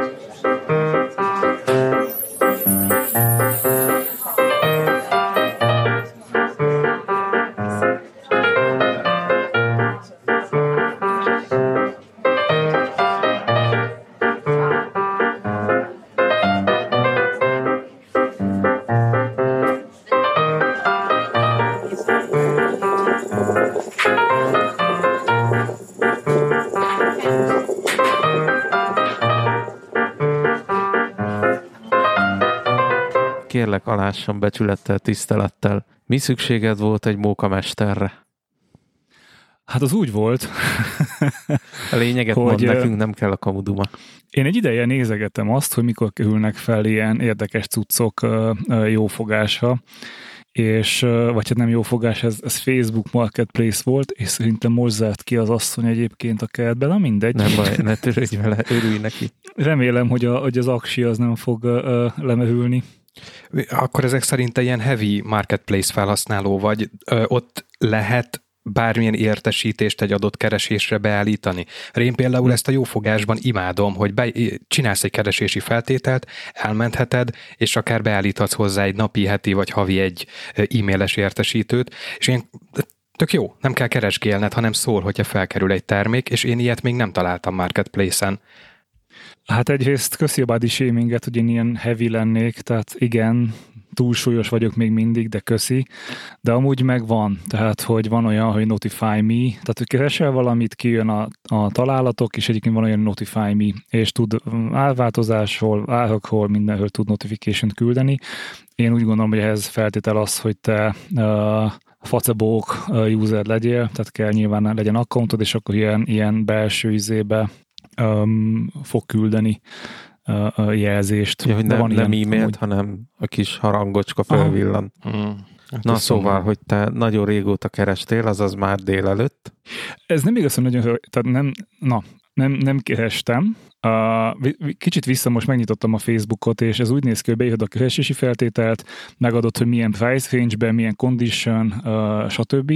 Kérlek, alássam becsülettel, tisztelettel. Mi szükséged volt egy mókamesterre? Hát az úgy volt. A lényeget mond, nekünk nem kell a kamuduma. Én egy ideje nézegettem azt, hogy mikor kerülnek fel ilyen érdekes cuccok jófogásra, és, vagy hát nem jófogás, ez Facebook Marketplace volt, és szerintem most zárt ki az asszony egyébként a kertben, na mindegy. Nem baj, ne törődj vele, örülj neki. Remélem, hogy az aksi az nem fog lemerülni. Akkor ezek szerint ilyen heavy marketplace felhasználó vagy, ott lehet bármilyen értesítést egy adott keresésre beállítani. Én például ezt a jófogásban imádom, hogy csinálsz egy keresési feltételt, elmentheted, és akár beállíthatsz hozzá egy napi, heti vagy havi egy e-mailes értesítőt, és én tök jó, nem kell keresgélned, hanem szól, hogyha felkerül egy termék, és én ilyet még nem találtam marketplace-en. Hát egyrészt köszi a body shaminget, hogy én ilyen heavy lennék, tehát igen, túlsúlyos vagyok még mindig, de köszi, de amúgy megvan, tehát hogy van olyan, hogy notify me, tehát hogy keresel valamit, kijön a találatok, és egyébként van olyan notify me, és tud árváltozásról, árakról, mindenhol tud notification küldeni. Én úgy gondolom, hogy ehhez feltétel az, hogy te Facebook user legyél, tehát kell nyilván legyen accountod, és akkor ilyen belső izébe fog küldeni a jelzést. Ja, hogy nem e-mailt, hanem a kis harangocska felvillan. Na szóval, hogy te nagyon régóta kerestél, azaz már délelőtt. Ez nem igaz, hogy nagyon, tehát nem kerestem. Kicsit vissza most megnyitottam a Facebookot, és ez úgy néz ki, hogy beírod a keresési feltételt, megadod, hogy milyen price range-ben, milyen condition, stb.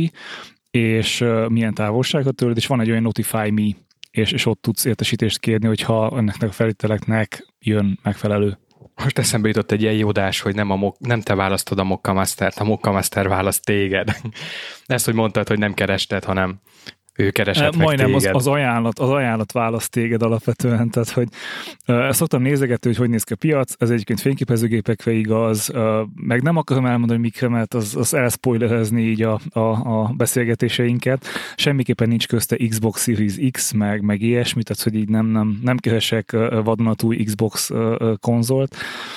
És milyen távolságot tőled, és van egy olyan notify me, és ott tudsz értesítést kérni, hogyha ennek a feltételeknek jön megfelelő. Most eszembe jutott egy ilyen jódás, hogy nem te választod a Mokka Mastert, a Mokka Master választ téged. Ezt, hogy mondtad, hogy nem kerested, hanem ő keresett meg majdnem téged. Az ajánlat választ téged alapvetően, tehát hogy szoktam nézegetni, hogy néz ki a piac, ez egyébként fényképezőgépekre igaz, meg nem akarom elmondani, hogy mikre, mert az elspoilerezni így a beszélgetéseinket. Semmiképpen nincs közte Xbox Series X, meg ilyesmi, tehát hogy így nem keresek vadonatúj Xbox konzolt,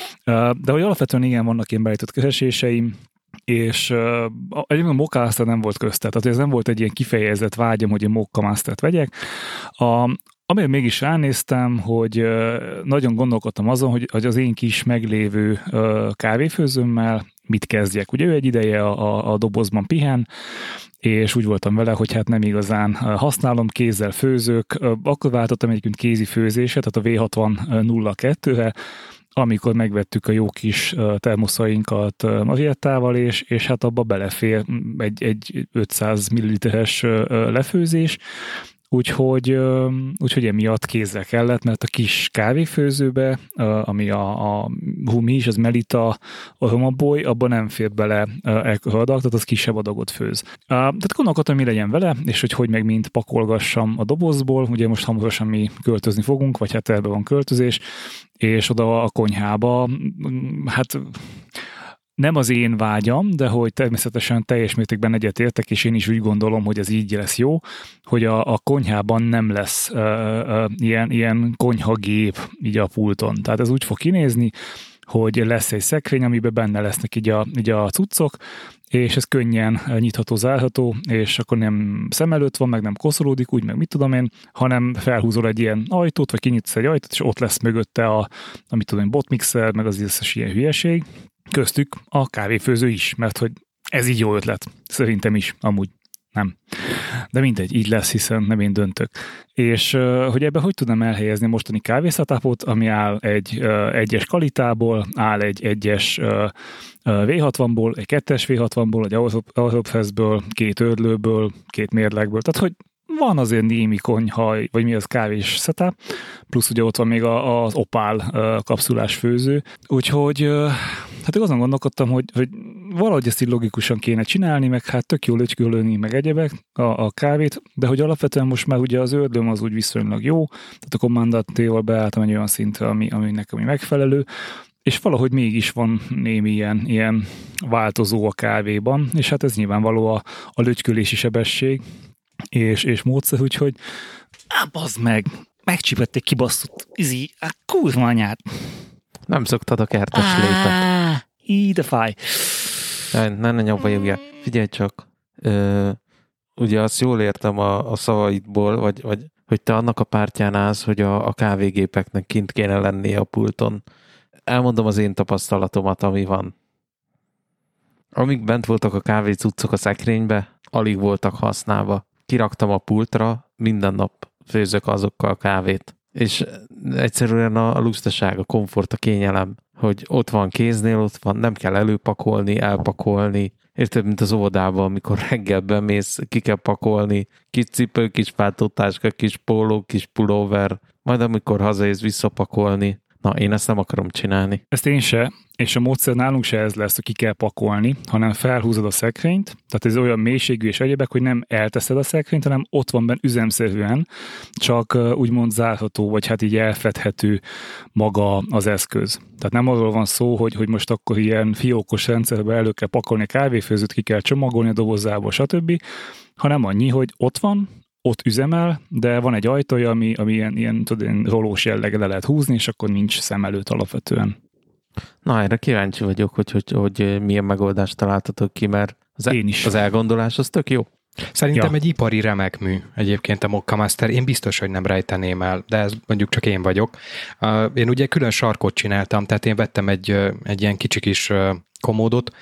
de hogy alapvetően igen, vannak ilyen beállított kereséseim, és egyébként a Mokka Master nem volt közte, tehát ez nem volt egy ilyen kifejezett vágyam, hogy én Mokka Mastert vegyek. Amire mégis ránéztem, hogy nagyon gondolkodtam azon, hogy az én kis meglévő kávéfőzőmmel mit kezdjek. Ugye ő egy ideje a dobozban pihen, és úgy voltam vele, hogy hát nem igazán használom, kézzel főzök. Akkor váltottam egyébként kézi főzéset, tehát a V60-02-re, amikor megvettük a jó kis termoszainkat Mariettával, és hát abba belefér egy 500 ml-es lefőzés, úgyhogy emiatt kézzel kellett, mert a kis kávéfőzőbe, ami a Humi is, az Melita, a Romaboy, abban nem fér bele ekkora adag, tehát az kisebb adagot főz. Tehát gondolkodtam, mi legyen vele, és hogy meg mint pakolgassam a dobozból, ugye most hamarosan mi költözni fogunk, vagy hát ebben van költözés, és oda a konyhába, hát nem az én vágyam, de hogy természetesen teljes mértékben egyetértek, és én is úgy gondolom, hogy ez így lesz jó, hogy a konyhában nem lesz ilyen konyhagép így a pulton. Tehát ez úgy fog kinézni, hogy lesz egy szekrény, amiben benne lesznek így a cuccok, és ez könnyen nyitható, zárható, és akkor nem szem előtt van, meg nem koszolódik, úgy meg mit tudom én, hanem felhúzol egy ilyen ajtót, vagy kinyitsz egy ajtót, és ott lesz mögötte amit tudom én, botmixer, meg az összes ilyen hülyeség. Köztük a kávéfőző is, mert hogy ez így jó ötlet. Szerintem is, amúgy nem. De mindegy, így lesz, hiszen nem én döntök. És hogy ebben hogy tudnám elhelyezni mostani kávészatapot, ami áll egy egyes kalitából, áll egy egyes V60-ból, egy kettes V60-ból, egy Auropfestből, 2 ördlőből, 2 mérlegből. Tehát, hogy van azért némi konyha, vagy mi az kávés setup, plusz ugye ott van még az opál kapszulás főző, úgyhogy hát azon gondolkodtam, hogy valahogy ezt így logikusan kéne csinálni, meg hát tök jól lötykölni, meg egyebek a kávét, de hogy alapvetően most már ugye az ördöm az úgy viszonylag jó, tehát a Commandantéval beálltam egy olyan szintre, ami nekem megfelelő, és valahogy mégis van némi ilyen változó a kávéban, és hát ez nyilvánvaló a lötykölési sebesség és módszer, úgyhogy bazd meg, megcsipett egy kibasztott kurva anyát. Nem szoktad a kertes lépet. De fáj. Ne nyomva, figyelj csak. Ugye azt jól értem a szavaidból, vagy hogy te annak a pártján állsz, hogy a kávégépeknek kint kéne lennie a pulton. Elmondom az én tapasztalatomat, ami van. Amíg bent voltak a kávécuccok a szekrénybe, alig voltak használva. Kiraktam a pultra, minden nap főzök azokkal a kávét. És egyszerűen a lustaság, a komfort, a kényelem, hogy ott van kéznél, ott van, nem kell előpakolni, elpakolni. Érted, mint az óvodában, amikor reggel bemész, ki kell pakolni, kis cipő, kis páltótáska, kis póló, kis pulóver, majd amikor hazaérsz visszapakolni. Na, én ezt nem akarom csinálni. Ezt én se, és a módszer nálunk se ez lesz, hogy ki kell pakolni, hanem felhúzod a szekrényt, tehát ez olyan mélységű és egyébek, hogy nem elteszed a szekrényt, hanem ott van benne üzemszerűen, csak úgymond zárható, vagy hát így elfedhető maga az eszköz. Tehát nem arról van szó, hogy most akkor ilyen fiókos rendszerben elő kell pakolni a kávéfőzőt, ki kell csomagolni a dobozába, stb., hanem annyi, hogy ott van, ott üzemel, de van egy ajtója, ami ilyen rolós jelleggel le lehet húzni, és akkor nincs szem előtt alapvetően. Na, erre kíváncsi vagyok, hogy milyen megoldást találtatok ki, mert az elgondolás az tök jó. Szerintem egy ipari remek mű egyébként a Mokka Master. Én biztos, hogy nem rejteném el, de ez mondjuk csak én vagyok. Én ugye külön sarkot csináltam, tehát én vettem egy ilyen kicsi kis komódot,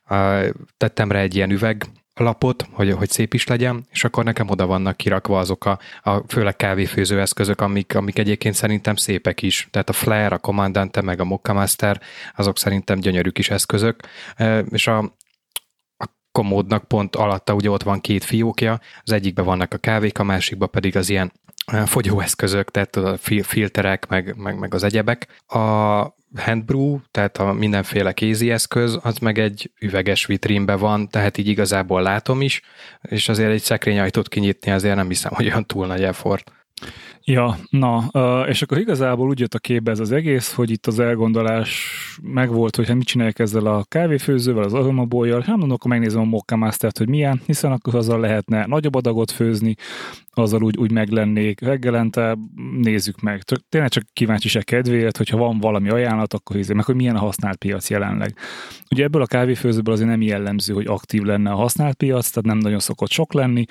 tettem rá egy ilyen üveglapot, hogy szép is legyen, és akkor nekem oda vannak kirakva azok a főleg kávéfőző eszközök, amik egyébként szerintem szépek is. Tehát a Flair, a Comandante, meg a Mokka Master, azok szerintem gyönyörű kis eszközök, és a komódnak pont alatta ugye ott van két fiókja, az egyikben vannak a kávék, a másikban pedig az ilyen fogyóeszközök, tehát a filterek, meg az egyebek. A handbrew, tehát a mindenféle kézi eszköz, az meg egy üveges vitrínben van, tehát így igazából látom is, és azért egy szekrényajtót kinyitni azért nem hiszem, hogy olyan túl nagy effort. Ja, na, és akkor igazából úgy jött a képbe ez az egész, hogy itt az elgondolás megvolt, hogy hát mit csinálják ezzel a kávéfőzővel, az aromabollyal, hát mondom, akkor megnézem a Mokka Mastert, hogy milyen, hiszen akkor azzal lehetne nagyobb adagot főzni, azzal úgy meglennék reggelente, nézzük meg. Tényleg csak kíváncsiság kedvéért, hogyha van valami ajánlat, akkor hiszem meg, hogy milyen a használt piac jelenleg. Ugye ebből a kávéfőzőből azért nem jellemző, hogy aktív lenne a használt piac, tehát nem nagyon szokott sok lenni,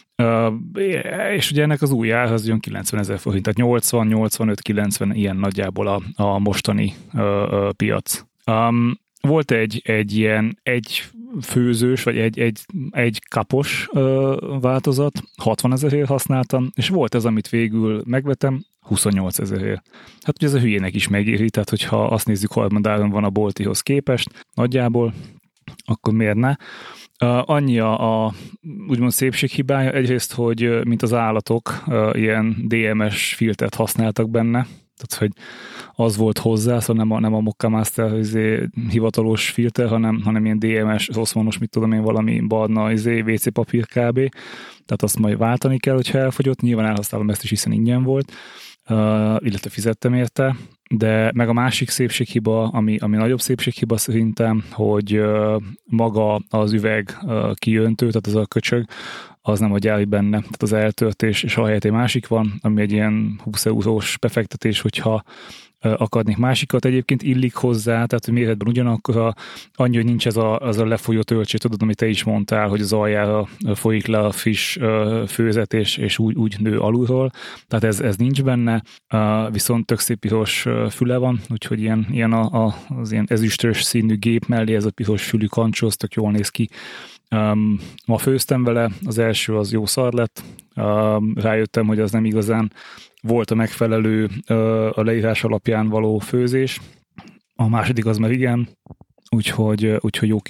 és ugye ennek az új ár az jön 90 000 forint, tehát 80, 85, 90 ilyen nagyjából a mostani piac. Volt egy ilyen főzős, vagy egy kapos változat, 60 000-ért használtam, és volt ez, amit végül megvettem, 28 000-ért. Hát ugye ez a hülyének is megéri, tehát hogyha azt nézzük, harmadáron van a boltihoz képest, nagyjából, akkor miért ne? Annyi a úgymond szépséghibája, egyrészt, hogy mint az állatok, ilyen DMS filtert használtak benne, tehát hogy az volt hozzá, szóval nem a Mokka Master hivatalos filter, hanem ilyen DMS, oszmonos, mit tudom én, valami barna WC papír kb. Tehát azt majd váltani kell, hogyha elfogyott. Nyilván elhasználom ezt is, hiszen ingyen volt, illetve fizettem érte. De meg a másik szépséghiba, ami nagyobb szépséghiba szerintem, hogy maga az üveg kijöntő, tehát az a köcsög, az nem a gyári benne, tehát az eltörtés, és ahelyett egy másik van, ami egy ilyen 20 eurós befektetés, hogyha akadnék másikat. Egyébként illik hozzá, tehát hogy méretben ugyanakkor annyi, hogy nincs az a lefolyó töltsé, tudod, amit te is mondtál, hogy az aljára folyik le a friss főzet, és úgy nő alulról. Tehát ez nincs benne, viszont tök szép piros füle van, úgyhogy ilyen az ilyen ezüstös színű gép mellé ez a piros fülű kancsó, az tök jól néz ki. Ma főztem vele, az első az jó szar lett, rájöttem, hogy az nem igazán volt a megfelelő a leírás alapján való főzés, a második az már igen, úgyhogy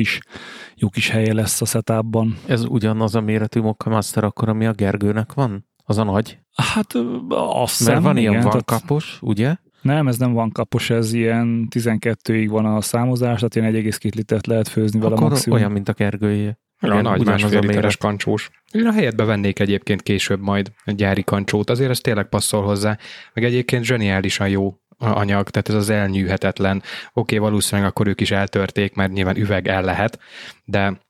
jó kis helye lesz a setupban. Ez ugyanaz a méretű Mokka Master akkor, ami a Gergőnek van? Az a nagy? Hát azt Mert van ilyen igen, vankapos, ugye? Nem, ez nem vankapos, ez ilyen 12-ig van a számozás, tehát ilyen 1,2 litert lehet főzni vele akkor maximum. olyan, mint a Gergőjé. Igen, nagy másfél literes kancsós. Én a helyetbe vennék egyébként később majd egy gyári kancsót, azért ez tényleg passzol hozzá, meg egyébként zseniálisan jó anyag, tehát ez az elnyűhetetlen. Oké, valószínűleg akkor ők is eltörték, mert nyilván üveg el lehet, de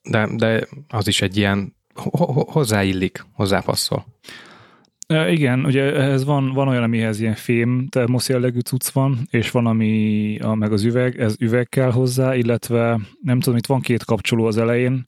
az is egy ilyen hozzáillik, hozzápasszol. Igen, ugye ehhez van olyan, amihez ilyen fém termosz jellegű cucc van, és van, ami meg az üveg, ez üveg kell hozzá, illetve nem tudom, itt van 2 kapcsoló az elején,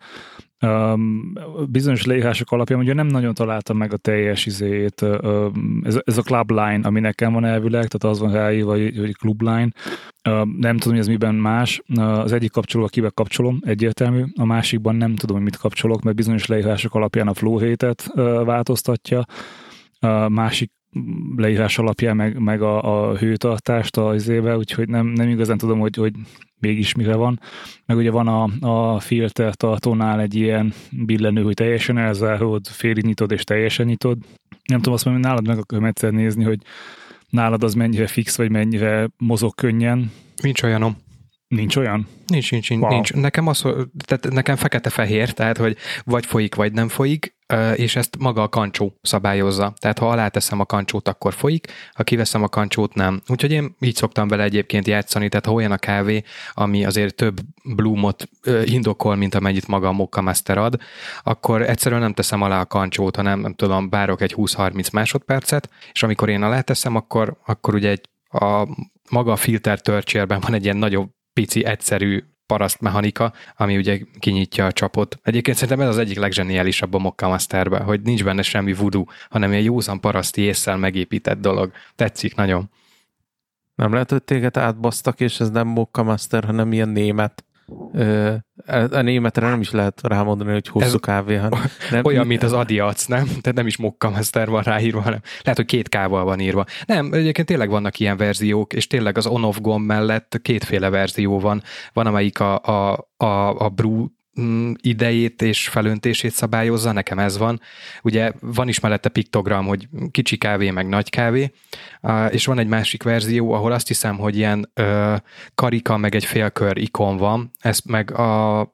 bizonyos leírások alapján ugye nem nagyon találtam meg a teljes izét, ez a club line, ami nekem van elvileg, tehát az van ráírva, hogy club line, nem tudom, hogy ez miben más, az egyik kapcsoló a kibe kapcsolom, egyértelmű, a másikban nem tudom, hogy mit kapcsolok, mert bizonyos leírások alapján a flow rate-et változtatja, a másik leírás alapján meg a hőtartást az izébe, úgyhogy nem igazán tudom, hogy mégis mire van. Meg ugye van a filter tartónál egy ilyen billenő, hogy teljesen elzárod, félig nyitod és teljesen nyitod. Nem tudom, azt mondom, hogy nálad meg akarom egyszer nézni, hogy nálad az mennyire fix, vagy mennyire mozog könnyen. Nincs olyanom. Nincs olyan? Nincs. Nekem fekete-fehér, tehát hogy vagy folyik, vagy nem folyik, és ezt maga a kancsó szabályozza. Tehát ha aláteszem a kancsót, akkor folyik, ha kiveszem a kancsót, nem. Úgyhogy én így szoktam vele egyébként játszani, tehát ha olyan a kávé, ami azért több bloomot indokol, mint amennyit maga a Mokka Master ad, akkor egyszerűen nem teszem alá a kancsót, hanem nem tudom, várok egy 20-30 másodpercet, és amikor én aláteszem, akkor ugye maga a filter törcsérben van egy ilyen nagyobb, pici, egyszerű parasztmechanika, ami ugye kinyitja a csapot. Egyébként szerintem ez az egyik legzseniálisabb a Mokka Masterben, hogy nincs benne semmi voodoo, hanem egy józan paraszti ésszel megépített dolog. Tetszik nagyon. Nem lehet, hogy téged átbasztak, és ez nem Mokka Master, hanem ilyen német. A németre nem is lehet rámondani, hogy hosszú kávé. Nem, olyan, mint az Adiac, nem? Tehát nem is Mokka Master van ráírva, hanem lehet, hogy 2 K-val van írva. Nem, egyébként tényleg vannak ilyen verziók, és tényleg az on-off gomb mellett 2 verzió van. Van, amelyik a brew idejét és felöntését szabályozza, nekem ez van. Ugye van is mellette piktogram, hogy kicsi kávé, meg nagy kávé, és van egy másik verzió, ahol azt hiszem, hogy ilyen karika, meg egy félkör ikon van, ezt meg a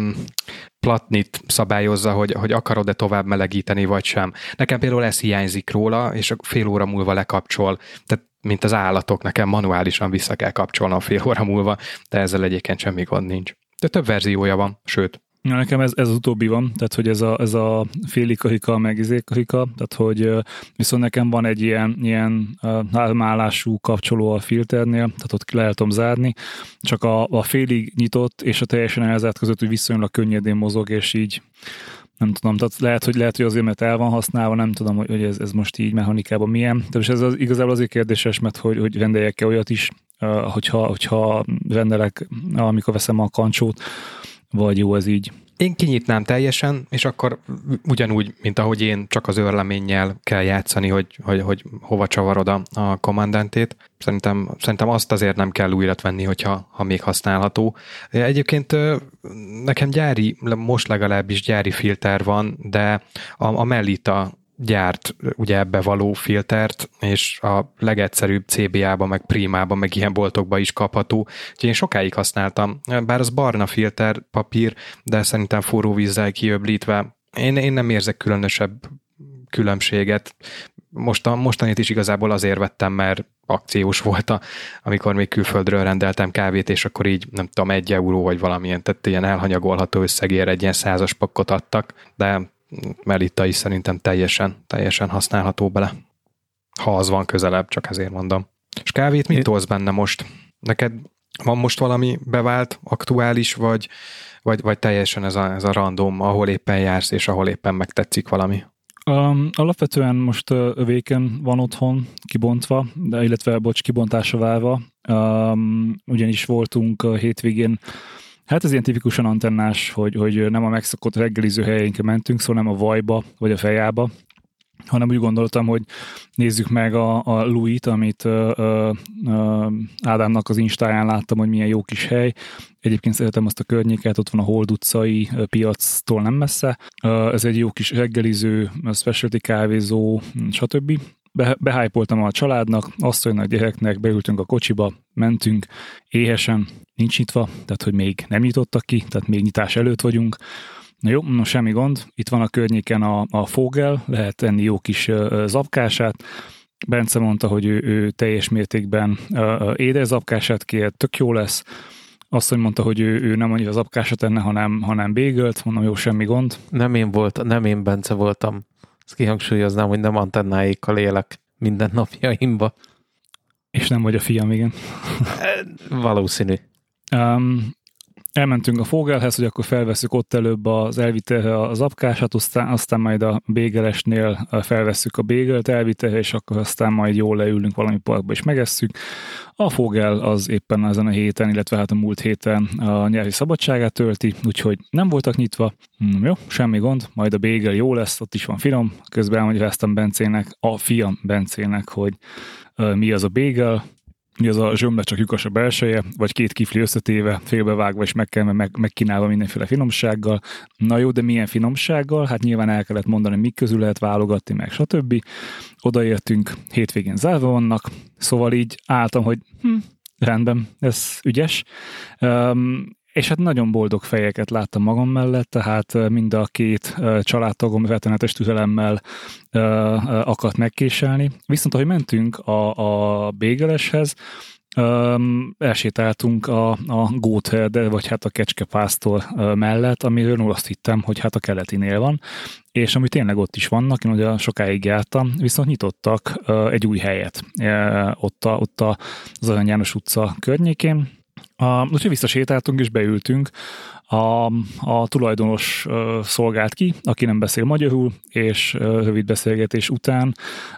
platnit szabályozza, hogy akarod-e tovább melegíteni, vagy sem. Nekem például ez hiányzik róla, és fél óra múlva lekapcsol. Tehát mint az állatok, nekem manuálisan vissza kell kapcsolnom fél óra múlva, de ezzel egyébként semmi gond nincs. De több verziója van, sőt. Ja, nekem ez az utóbbi van, tehát hogy ez a félig karika, meg izékarika, tehát hogy viszont nekem van egy ilyen hármállású kapcsoló a filternél, tehát ott le tudom zárni, csak a félig nyitott és a teljesen elzárt között, hogy viszonylag könnyedén mozog, és így nem tudom, tehát lehet, hogy azért, mert el van használva, nem tudom, hogy ez most így mechanikában milyen. Tehát ez igazából azért kérdéses, mert hogy rendeljek-e olyat is, hogyha rendelek, amikor veszem a kancsót, vagy jó ez így. Én kinyitnám teljesen, és akkor ugyanúgy, mint ahogy én, csak az őrleménnyel kell játszani, hogy hova csavarod a kommandantét. Szerintem azt azért nem kell újra venni, ha még használható. Egyébként nekem most legalábbis gyári filter van, de a Melita gyárt ugye ebbe való filtert, és a legegyszerűbb CBA-ba, meg Prima-ba, meg ilyen boltokba is kapható. Úgyhogy én sokáig használtam. Bár az barna filter papír, de szerintem forró vízzel kiöblítve. Én nem érzek különösebb különbséget. Mostanit is igazából azért vettem, mert akciós volt, amikor még külföldről rendeltem kávét, és akkor így nem tudom, 1 euró vagy valamilyen, tehát ilyen elhanyagolható összegért egy ilyen 100-as pakkot adtak, de Melita is szerintem teljesen használható bele. Ha az van közelebb, csak ezért mondom. És kávét mit tolsz benne most? Neked van most valami bevált, aktuális, vagy teljesen ez a random, ahol éppen jársz, és ahol éppen megtetszik valami? Alapvetően most véken van otthon kibontva, illetve kibontásra várva. Ugyanis voltunk a hétvégén. Hát ez ilyen tipikusan antennás, hogy nem a megszokott reggeliző helyeinkre mentünk, szóval nem a Vajba vagy a Fejába, hanem úgy gondoltam, hogy nézzük meg a Louis-t, amit Ádámnak az Instáján láttam, hogy milyen jó kis hely. Egyébként szeretem azt a környéket, ott van a Hold utcai piactól nem messze. Ez egy jó kis reggeliző, specialty kávézó, stb. Behájpoltam a családnak, asszonynak, gyereknek, beültünk a kocsiba, mentünk, éhesen, nincs nyitva, tehát hogy még nem nyitottak ki, tehát még nyitás előtt vagyunk. Na jó, no, semmi gond, itt van a környéken a Fogel, lehet enni jó kis zapkását. Bence mondta, hogy ő teljes mértékben édes zapkását kért, tök jó lesz. Asszony mondta, hogy ő nem annyira zapkásat enne, hanem bagelt, mondom, jó, semmi gond. Nem én Bence voltam. Ezt kihangsúlyoznám, hogy nem antennáikkal élek minden napjaimba. És nem vagy a fiam, igen. Valószínű. Elmentünk a Fogelhez, hogy akkor felveszük ott előbb az elvitelre az apkásat, aztán majd a bégelesnél felvesszük a bégelt elvitelre, és akkor aztán majd jól leülünk valami parkba és megesszük. A Fogel az éppen ezen a héten, illetve hát a múlt héten a nyári szabadságát tölti, úgyhogy nem voltak nyitva. Jó, semmi gond, majd a bégel jó lesz, ott is van finom. Közben elmagyaráztam Bencének, a fiam Bencének, hogy mi az a bégel, mi az a zsömle, csak lyukas a belseje, vagy 2 kifli összetéve, félbevágva és megkínálva mindenféle finomsággal. Na jó, de milyen finomsággal? Hát nyilván el kellett mondani, mik közül lehet válogatni, meg stb. Odaértünk, hétvégén zárva vannak, szóval így álltam, hogy rendben, ez ügyes. És hát nagyon boldog fejeket láttam magam mellett, tehát mind a 2 családtagom rettenetes türelemmel akart megkéselni. Viszont ahogy mentünk a bégeleshez, elsétáltunk a Gótherde, vagy hát a kecskepásztor mellett, amiről azt hittem, hogy hát a keletinél van, és ami tényleg ott is vannak, én ugye sokáig jártam, viszont nyitottak egy új helyet ott az Arany János utca környékén. Úgyhogy visszasétáltunk és beültünk. A tulajdonos szolgált ki, aki nem beszél magyarul, és rövid beszélgetés után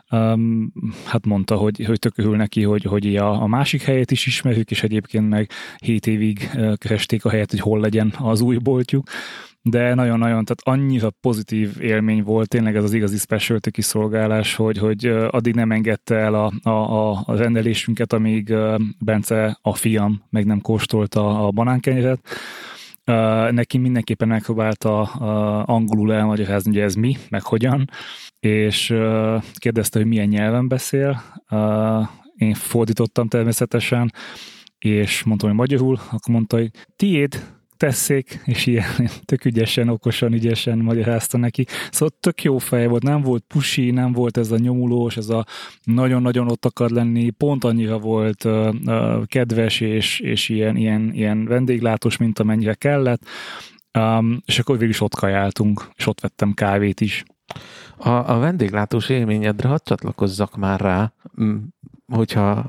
hát mondta, hogy tök örül neki, hogy a másik helyet is ismerjük, és egyébként meg 7 évig keresték a helyet, hogy hol legyen az új boltjuk. De nagyon-nagyon, tehát annyira pozitív élmény volt tényleg ez az igazi specialty kiszolgálás, hogy addig nem engedte el a rendelésünket, amíg Bence, a fiam, meg nem kóstolta a banánkenyeret. Neki mindenképpen megpróbálta angolul elmagyarázni, hogy ez mi, meg hogyan, és kérdezte, hogy milyen nyelven beszél. Én fordítottam természetesen, és mondtam, hogy magyarul, akkor mondta, hogy tiéd, tesszék, és ilyen tök ügyesen, okosan, ügyesen magyarázta neki. Szóval tök jó fej volt, nem volt pusi, nem volt ez a nyomulós, ez a nagyon-nagyon ott akar lenni, pont annyira volt kedves, és ilyen vendéglátós, mint amennyire kellett, és akkor végül is ott kajáltunk, és ott vettem kávét is. A vendéglátós élményedre hadd csatlakozzak már rá, hogyha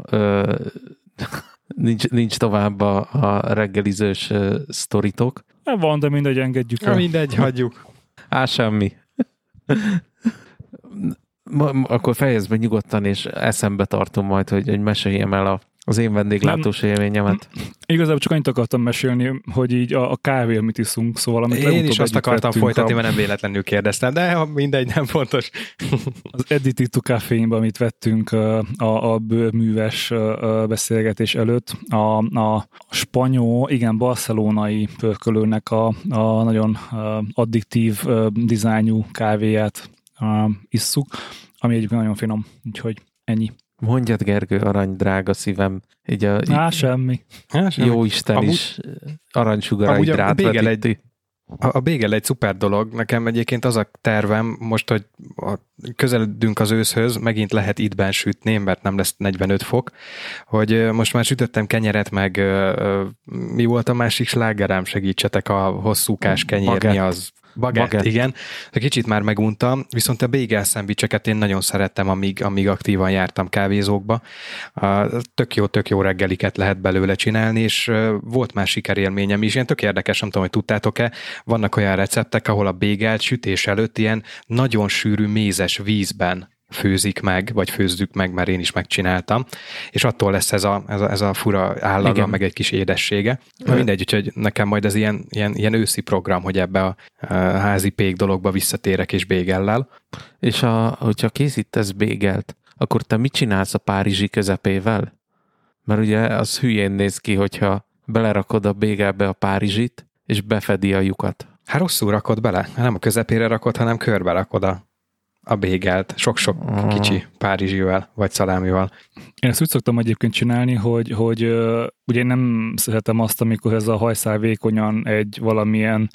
nincs tovább a reggelizős sztoritok. Van, de mindegy, engedjük el. Mindegy, hagyjuk. Semmi. Akkor fejezd be nyugodtan, és eszembe tartom majd, hogy meséljem el az én vendéglátós élményemet. Igazából csak annyit akartam mesélni, hogy így a kávé, amit iszunk, szóval amit én is azt akartam folytatni, mert nem véletlenül kérdeztem, de mindegy, nem fontos. Az Editito Cafénben, amit vettünk a bőrműves beszélgetés előtt, a spanyol, igen, barcelonai pörkölőnek a nagyon addiktív dizájnú kávéját isszuk, ami egyébként nagyon finom, úgyhogy ennyi. Mondjad, Gergő, arany, drága szívem. Így semmi. Jó Isten is aranysugarait rátvetíti. A bégel egy szuper dolog. Nekem egyébként az a tervem most, hogy közeledünk az őszhöz, megint lehet ittben sütni, mert nem lesz 45 fok, hogy most már sütöttem kenyeret, meg mi volt a másik slágerám, segítsetek, a hosszúkás kenyér, mi az? Bagett, igen. Kicsit már meguntam, viszont a bagel szendvicseket én nagyon szerettem, amíg aktívan jártam kávézókba. Tök jó reggeliket lehet belőle csinálni, és volt már sikerélményem is. Ilyen tök érdekes, nem tudom, hogy tudtátok-e, vannak olyan receptek, ahol a bagelt sütés előtt ilyen nagyon sűrű mézes vízben főzik meg, vagy főzzük meg, mert én is megcsináltam, és attól lesz ez a fura állaga, igen, meg egy kis édessége. Mindegy, úgyhogy nekem majd ez ilyen őszi program, hogy ebbe a házi pék dologba visszatérek és bégellel. És hogyha készítesz bégelt, akkor te mit csinálsz a párizsi közepével? Mert ugye az hülyén néz ki, hogyha belerakod a bégelbe a párizsit, és befedi a lyukat. Hát rosszul rakod bele. Nem a közepére rakod, hanem körbe rakod a bégelt. Sok-sok kicsi párizsivel, vagy szalámival. Én ezt úgy szoktam egyébként csinálni, hogy ugye én nem szeretem azt, amikor ez a hajszál vékonyan egy valamilyen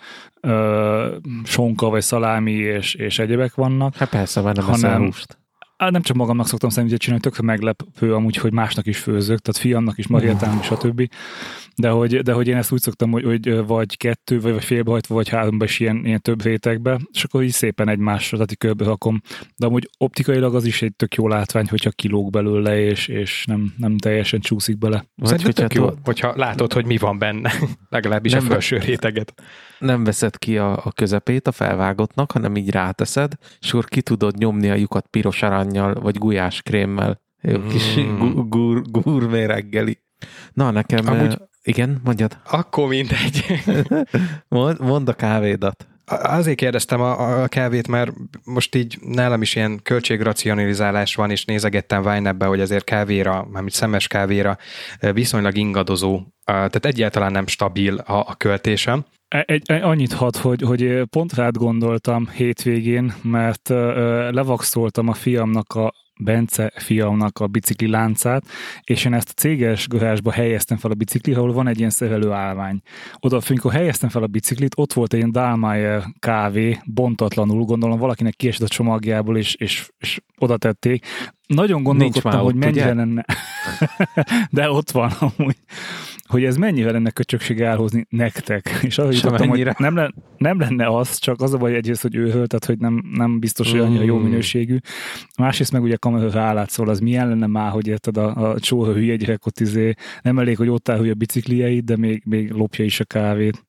sonka, vagy szalámi és egyebek vannak. Hát persze, már nem eszel húst. Nem csak magamnak szoktam szerintem csinálni, tökre meglepő amúgy, hogy másnak is főzök, tehát fiamnak is, Mariettának is, stb. De hogy én ezt úgy szoktam, hogy vagy kettő, vagy félbehajtva, vagy háromba is ilyen több rétegbe, és akkor így szépen egymásra, tehát így körbe rakom. De amúgy optikailag az is egy tök jó látvány, hogyha kilóg belőle, és nem teljesen csúszik bele. Szerintem tök jó, hogyha látod, hogy mi van benne, legalábbis a felső réteget. Nem veszed ki a közepét a felvágottnak, hanem így ráteszed, és akkor ki tudod nyomni a lyukat piros arannyal, vagy gulyáskrémmel. Jó kis gurmé reggeli. Na, nekem... Amúgy... Igen, mondjad. Akkor mindegy. Mondd a kávédat. Azért kérdeztem a kávét, mert most így nálam is ilyen költségracionalizálás van, és nézegettem Wine-be, hogy azért kávéra, mármint szemes kávéra viszonylag ingadozó, tehát egyáltalán nem stabil a költésem. Annyit hadd, hogy pont rád gondoltam hétvégén, mert levakszoltam a Bence fiamnak a bicikli láncát, és én ezt a céges garázsba helyeztem fel a biciklit, ahol van egy ilyen szerelő állvány. Oda, amikor helyeztem fel a biciklit, ott volt egy ilyen Dahlmeier kávé, bontatlanul, gondolom valakinek kiesett a csomagjából, és oda tették. Nagyon gondolkodtam, hogy mennyire lenne... De ott van amúgy, hogy ez mennyire lenne köcsökség elhozni nektek. És arra jutottam, hogy nem lenne az, csak az a baj egyrészt, hogy őhöl, tehát hogy nem biztos, hogy annyira jó minőségű. Másrészt meg ugye kamera rálátszol, az milyen lenne már, hogy érted a csóha hülye gyerek ott nem elég, hogy ott áll a biciklieit, de még lopja is a kávét.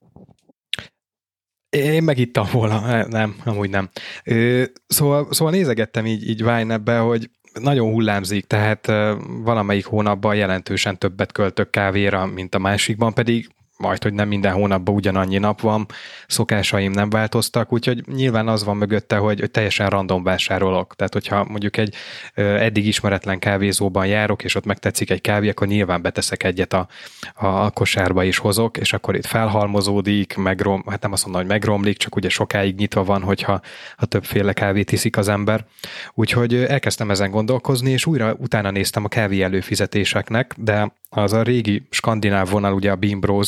Én megittam volna, nem, amúgy nem. Szóval nézegettem így Wine-be, hogy nagyon hullámzik, tehát valamelyik hónapban jelentősen többet költök kávéra, mint a másikban, pedig majdhogy nem minden hónapban ugyanannyi nap van, szokásaim nem változtak, úgyhogy nyilván az van mögötte, hogy teljesen random vásárolok. Tehát, hogyha mondjuk egy eddig ismeretlen kávézóban járok, és ott megtetszik egy kávé, akkor nyilván beteszek egyet a kosárba is hozok, és akkor itt felhalmozódik, hát nem azt mondom, hogy megromlik, csak ugye sokáig nyitva van, hogyha többféle kávét iszik az ember. Úgyhogy elkezdtem ezen gondolkozni, és újra utána néztem a kávé előfizetéseknek, de az a régi skandináv vonal, ugye a Bean Bros,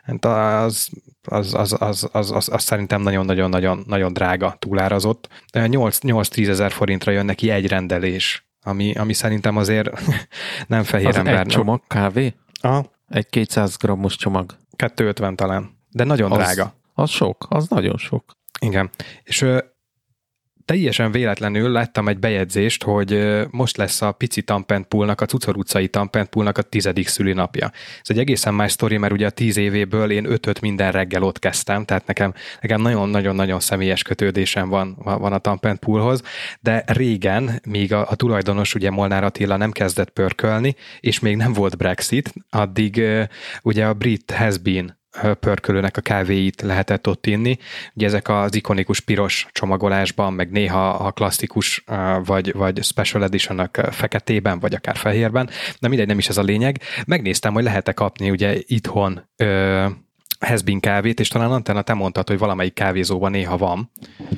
az szerintem nagyon-nagyon drága, túlárazott. 8-10 ezer forintra jön neki egy rendelés, ami szerintem azért nem fehér az ember. Egy csomag kávé? Aha. Egy 200 grammos csomag. 250 talán, de nagyon drága. Az sok, az nagyon sok. Igen, és teljesen véletlenül láttam egy bejegyzést, hogy most lesz a pici Tampent-Poolnak, a Cucor utcai Tampent-Poolnak a 10. szülinapja. Ez egy egészen más sztori, mert ugye a 10 évéből én 5-öt minden reggel ott kezdtem, tehát nekem nagyon-nagyon-nagyon személyes kötődésem van a Tampent-Poolhoz, de régen, míg a tulajdonos, ugye Molnár Attila nem kezdett pörkölni, és még nem volt Brexit, addig ugye a brit has been pörkölőnek a kávéit lehetett ott inni. Ugye ezek az ikonikus piros csomagolásban, meg néha a klasszikus vagy special edition-ök feketében, vagy akár fehérben, de mindegy, nem is ez a lényeg. Megnéztem, hogy lehet-e kapni ugye itthon has been kávét, és talán Antenna, te mondtad, hogy valamelyik kávézóban néha van.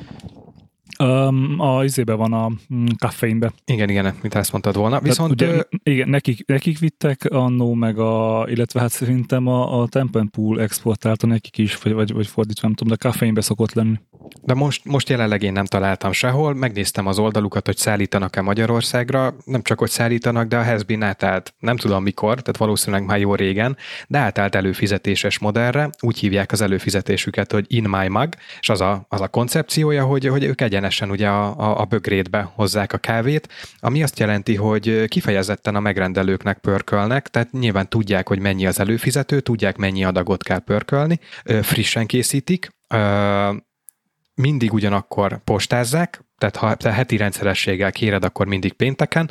A izébe van a kaffeinbe. Igen, mint ezt mondtad volna. Viszont ugye, igen, nekik vittek annó, illetve hát szerintem a Tampent-Pool exportálta nekik is, vagy fordítva, nem tudom, de kaffeinbe szokott lenni. De most jelenleg én nem találtam sehol, megnéztem az oldalukat, hogy szállítanak-e Magyarországra, nem csak hogy szállítanak, de a has been átállt, nem tudom mikor, tehát valószínűleg már jó régen, de átállt előfizetéses modellre, úgy hívják az előfizetésüket, hogy In My Mug, és az a koncepciója, hogy ők egyenesen ugye a bögrétbe hozzák a kávét, ami azt jelenti, hogy kifejezetten a megrendelőknek pörkölnek, tehát nyilván tudják, hogy mennyi az előfizető, tudják, mennyi adagot kell pörkölni, frissen készítik, mindig ugyanakkor postázzák, tehát ha te heti rendszerességgel kéred, akkor mindig pénteken,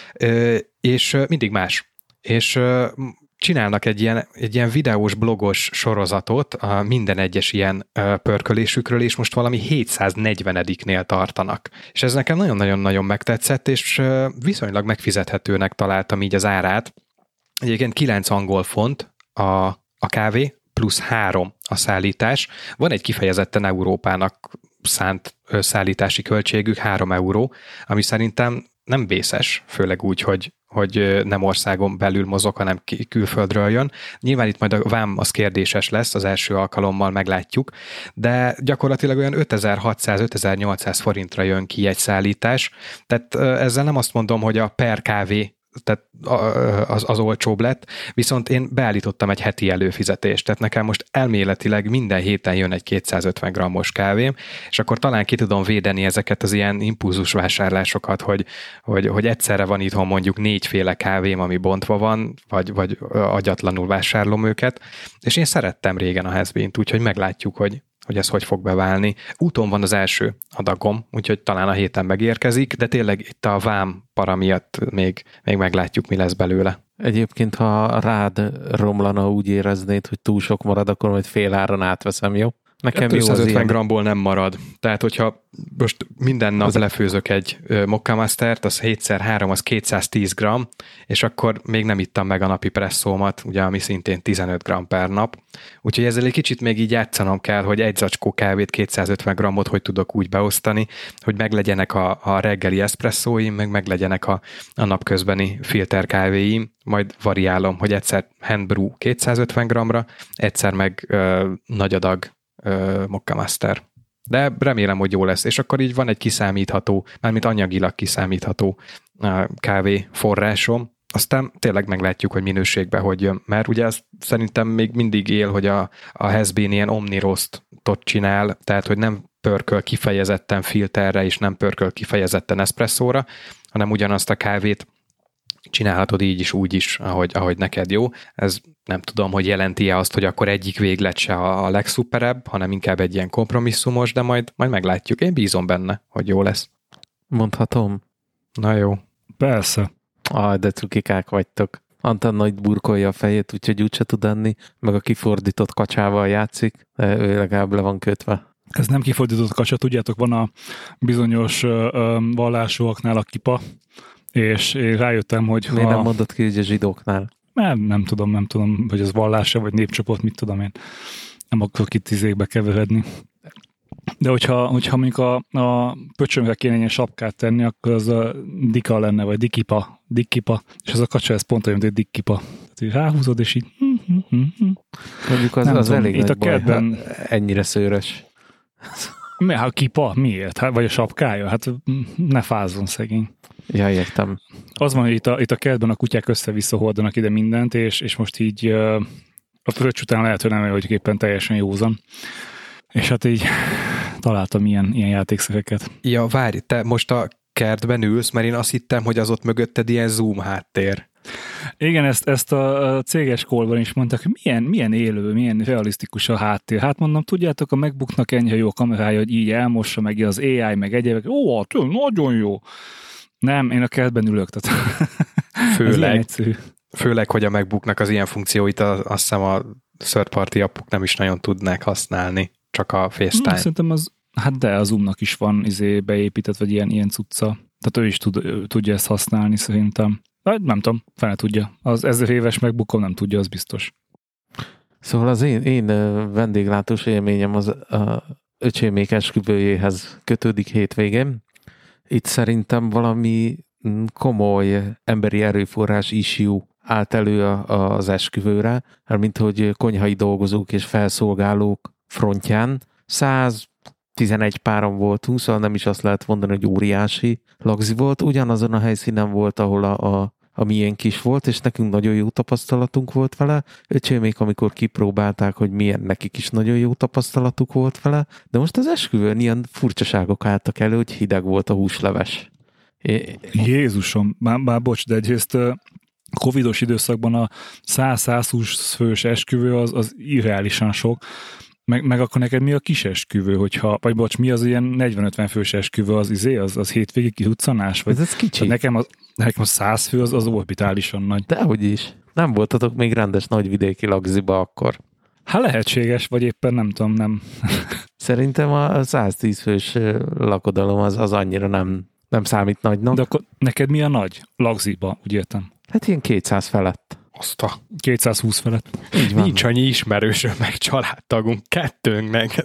és mindig más. És csinálnak egy ilyen videós, blogos sorozatot a minden egyes ilyen pörkölésükről, és most valami 740-nél tartanak. És ez nekem nagyon-nagyon-nagyon megtetszett, és viszonylag megfizethetőnek találtam így az árát. Egyébként 9 angol font a kávé, plusz 3 a szállítás. Van egy kifejezetten Európának szánt szállítási költségük, 3 euró, ami szerintem nem vészes, főleg úgy, hogy nem országon belül mozog, hanem külföldről jön. Nyilván itt majd a vám az kérdéses lesz, az első alkalommal meglátjuk, de gyakorlatilag olyan 5600-5800 forintra jön ki egy szállítás. Tehát ezzel nem azt mondom, hogy a per kávé tehát az olcsóbb lett, viszont én beállítottam egy heti előfizetést, tehát nekem most elméletileg minden héten jön egy 250 grammos kávém, és akkor talán ki tudom védeni ezeket az ilyen impulzus vásárlásokat, hogy egyszerre van itthon mondjuk 4 féle kávém, ami bontva van, vagy agyatlanul vásárlom őket, és én szerettem régen a Has-Beent, úgyhogy meglátjuk, hogy ez hogy fog beválni. Úton van az első adagom, úgyhogy talán a héten megérkezik, de tényleg itt a vám para miatt még meglátjuk, mi lesz belőle. Egyébként, ha rád romlana, úgy éreznéd, hogy túl sok marad, akkor majd fél áron átveszem, jó? Nekem 250 gramból nem marad. Tehát, hogyha most minden nap lefőzök egy Mokka Mastert, az 7x3, az 210 gram, és akkor még nem ittam meg a napi presszómat, ugye, ami szintén 15 gram per nap. Úgyhogy ezzel egy kicsit még így játszanom kell, hogy egy zacskó kávét, 250 grammot hogy tudok úgy beosztani, hogy meglegyenek a reggeli eszpresszóim, meglegyenek a napközbeni filterkávéim, majd variálom, hogy egyszer handbrew 250 gramra, egyszer meg nagy adag Mokka Master. De remélem, hogy jó lesz. És akkor így van egy kiszámítható, mármint anyagilag kiszámítható kávé forrásom. Aztán tényleg meglátjuk, hogy minőségben hogy jön. Mert ugye ez szerintem még mindig él, hogy a Has-Been ilyen omni-roastot csinál, tehát hogy nem pörköl kifejezetten filterre, és nem pörköl kifejezetten eszpresszóra, hanem ugyanazt a kávét csinálhatod így is, úgy is, ahogy neked jó. Ez nem tudom, hogy jelenti-e azt, hogy akkor egyik véglet se a legszuperebb, hanem inkább egy ilyen kompromisszumos, de majd meglátjuk. Én bízom benne, hogy jó lesz. Mondhatom? Na jó. Persze. De cukikák vagytok. Antal nagy burkolja a fejét, úgyhogy úgyse tud enni, meg a kifordított kacsával játszik, de ő legalább le van kötve. Ez nem kifordított kacsa, tudjátok, van a bizonyos vallásúaknál a kipa, és én rájöttem, hogy miért nem mondod ki, hogy a zsidóknál? Nem tudom, hogy az vallása, vagy népcsoport, mit tudom én. Nem akarok itt izékbe keveredni. De hogyha mondjuk a pöcsömre kéne egy sapkát tenni, akkor az a dika lenne, vagy dikkipa, és az a kacsa, ez pont olyan, mint egy dikkipa. Tehát így ráhúzod, és így... Mondjuk az elég itt nagy a kertben... baj, ennyire szőrös. A kipa? Miért? Vagy a sapkája? Hát ne fázzon szegény. Ja, értem. Az van, hogy itt a kertben a kutyák össze-vissza hordanak ide mindent, és most így a pöcs után lehet, hogy nem vagyok éppen teljesen józan. És hát így találtam ilyen játékszereket. Ja, várj, te most a kertben ülsz, mert én azt hittem, hogy az ott mögötted ilyen zoom háttér. Igen, ezt a céges callban is mondták, hogy milyen élő, milyen realisztikus a háttér. Hát mondom, tudjátok, a MacBooknak ennyi jó kamerája, hogy így elmossa, meg az AI, meg egyébek. Ó, nagyon jó. Nem, én a kertben ülök, tehát főleg, hogy a MacBooknak az ilyen funkcióit azt hiszem a third party appok nem is nagyon tudnák használni, csak a FaceTime. Szerintem de a Zoomnak is van beépített, vagy ilyen cucca. Tehát ő is tudja ezt használni szerintem. Nem tudom, fel tudja. Az 1000 éves MacBookom nem tudja, az biztos. Szóval az én vendéglátós élményem az öcsémék esküvőjéhez kötődik hétvégén. Itt szerintem valami komoly emberi erőforrás issue állt elő az esküvőre, mint hogy konyhai dolgozók és felszolgálók frontján 111 páron volt, 20, nem is azt lehet mondani, hogy óriási lagzi volt. Ugyanazon a helyszínen volt, ahol a miénk is volt, és nekünk nagyon jó tapasztalatunk volt vele. Öcsémék, amikor kipróbálták, hogy milyen, nekik is nagyon jó tapasztalatuk volt vele, de most az esküvőn ilyen furcsaságok álltak elő, hogy hideg volt a húsleves. Jézusom, már bocs, de egyrészt covidos időszakban a 100-120 fős esküvő az irreálisan sok. Meg akkor neked mi a kis esküvő, hogyha, vagy bocs, mi az ilyen 40-50 fős esküvő, az hétvégi kihuccanás? Vagy Ez kicsi. Nekem a 100 fő az orbitálisan nagy. Dehogy is. Nem voltatok még rendes nagyvidéki lagziba akkor. Hát lehetséges, vagy éppen nem tudom, nem. Szerintem a 110 fős lakodalom az annyira nem számít nagynak. De akkor neked mi a nagy lagziba, úgy értem? Hát ilyen 200 felett. Azt a 220 felett. Így van. nincs annyi ismerősöm, meg családtagunk, kettőnknek.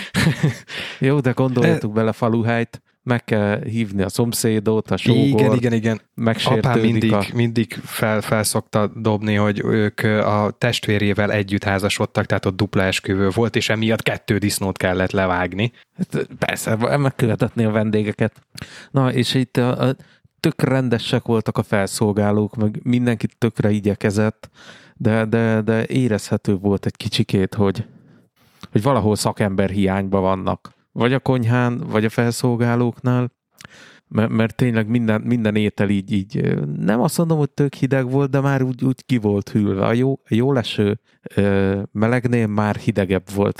Jó, de gondoljatok bele faluhelyt, meg kell hívni a szomszédot, a sógort. Igen. Megsértődik Apám mindig fel szokta dobni, hogy ők a testvérével együtt házasodtak, tehát ott dupla esküvő volt, és emiatt 2 disznót kellett levágni. Hát persze, megkövetetni a vendégeket. Na, és itt tök rendesek voltak a felszolgálók, meg mindenki tökre igyekezett, de érezhető volt egy kicsikét, hogy valahol szakember hiányban vannak. Vagy a konyhán, vagy a felszolgálóknál, mert tényleg minden étel így nem azt mondom, hogy tök hideg volt, de már úgy ki volt hűlve. A jó leső melegnél már hidegebb volt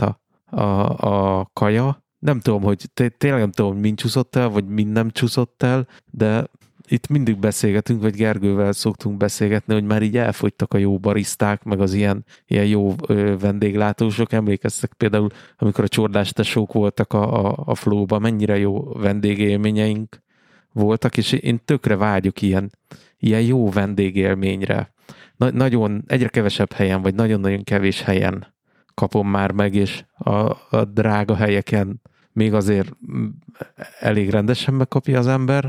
a kaja. Nem tudom, hogy tényleg nem tudom, hogy mind csúszott el, vagy mind nem csúszott el, de itt mindig beszélgetünk, vagy Gergővel szoktunk beszélgetni, hogy már így elfogytak a jó bariszták, meg az ilyen jó vendéglátósok. Emlékeztek például, amikor a csordás tesók voltak a Flow-ban, mennyire jó vendégélményeink voltak, és én tökre vágyok ilyen jó vendégélményre. Nagyon, egyre kevesebb helyen, vagy nagyon-nagyon kevés helyen kapom már meg, és a drága helyeken még azért elég rendesen megkapja az ember,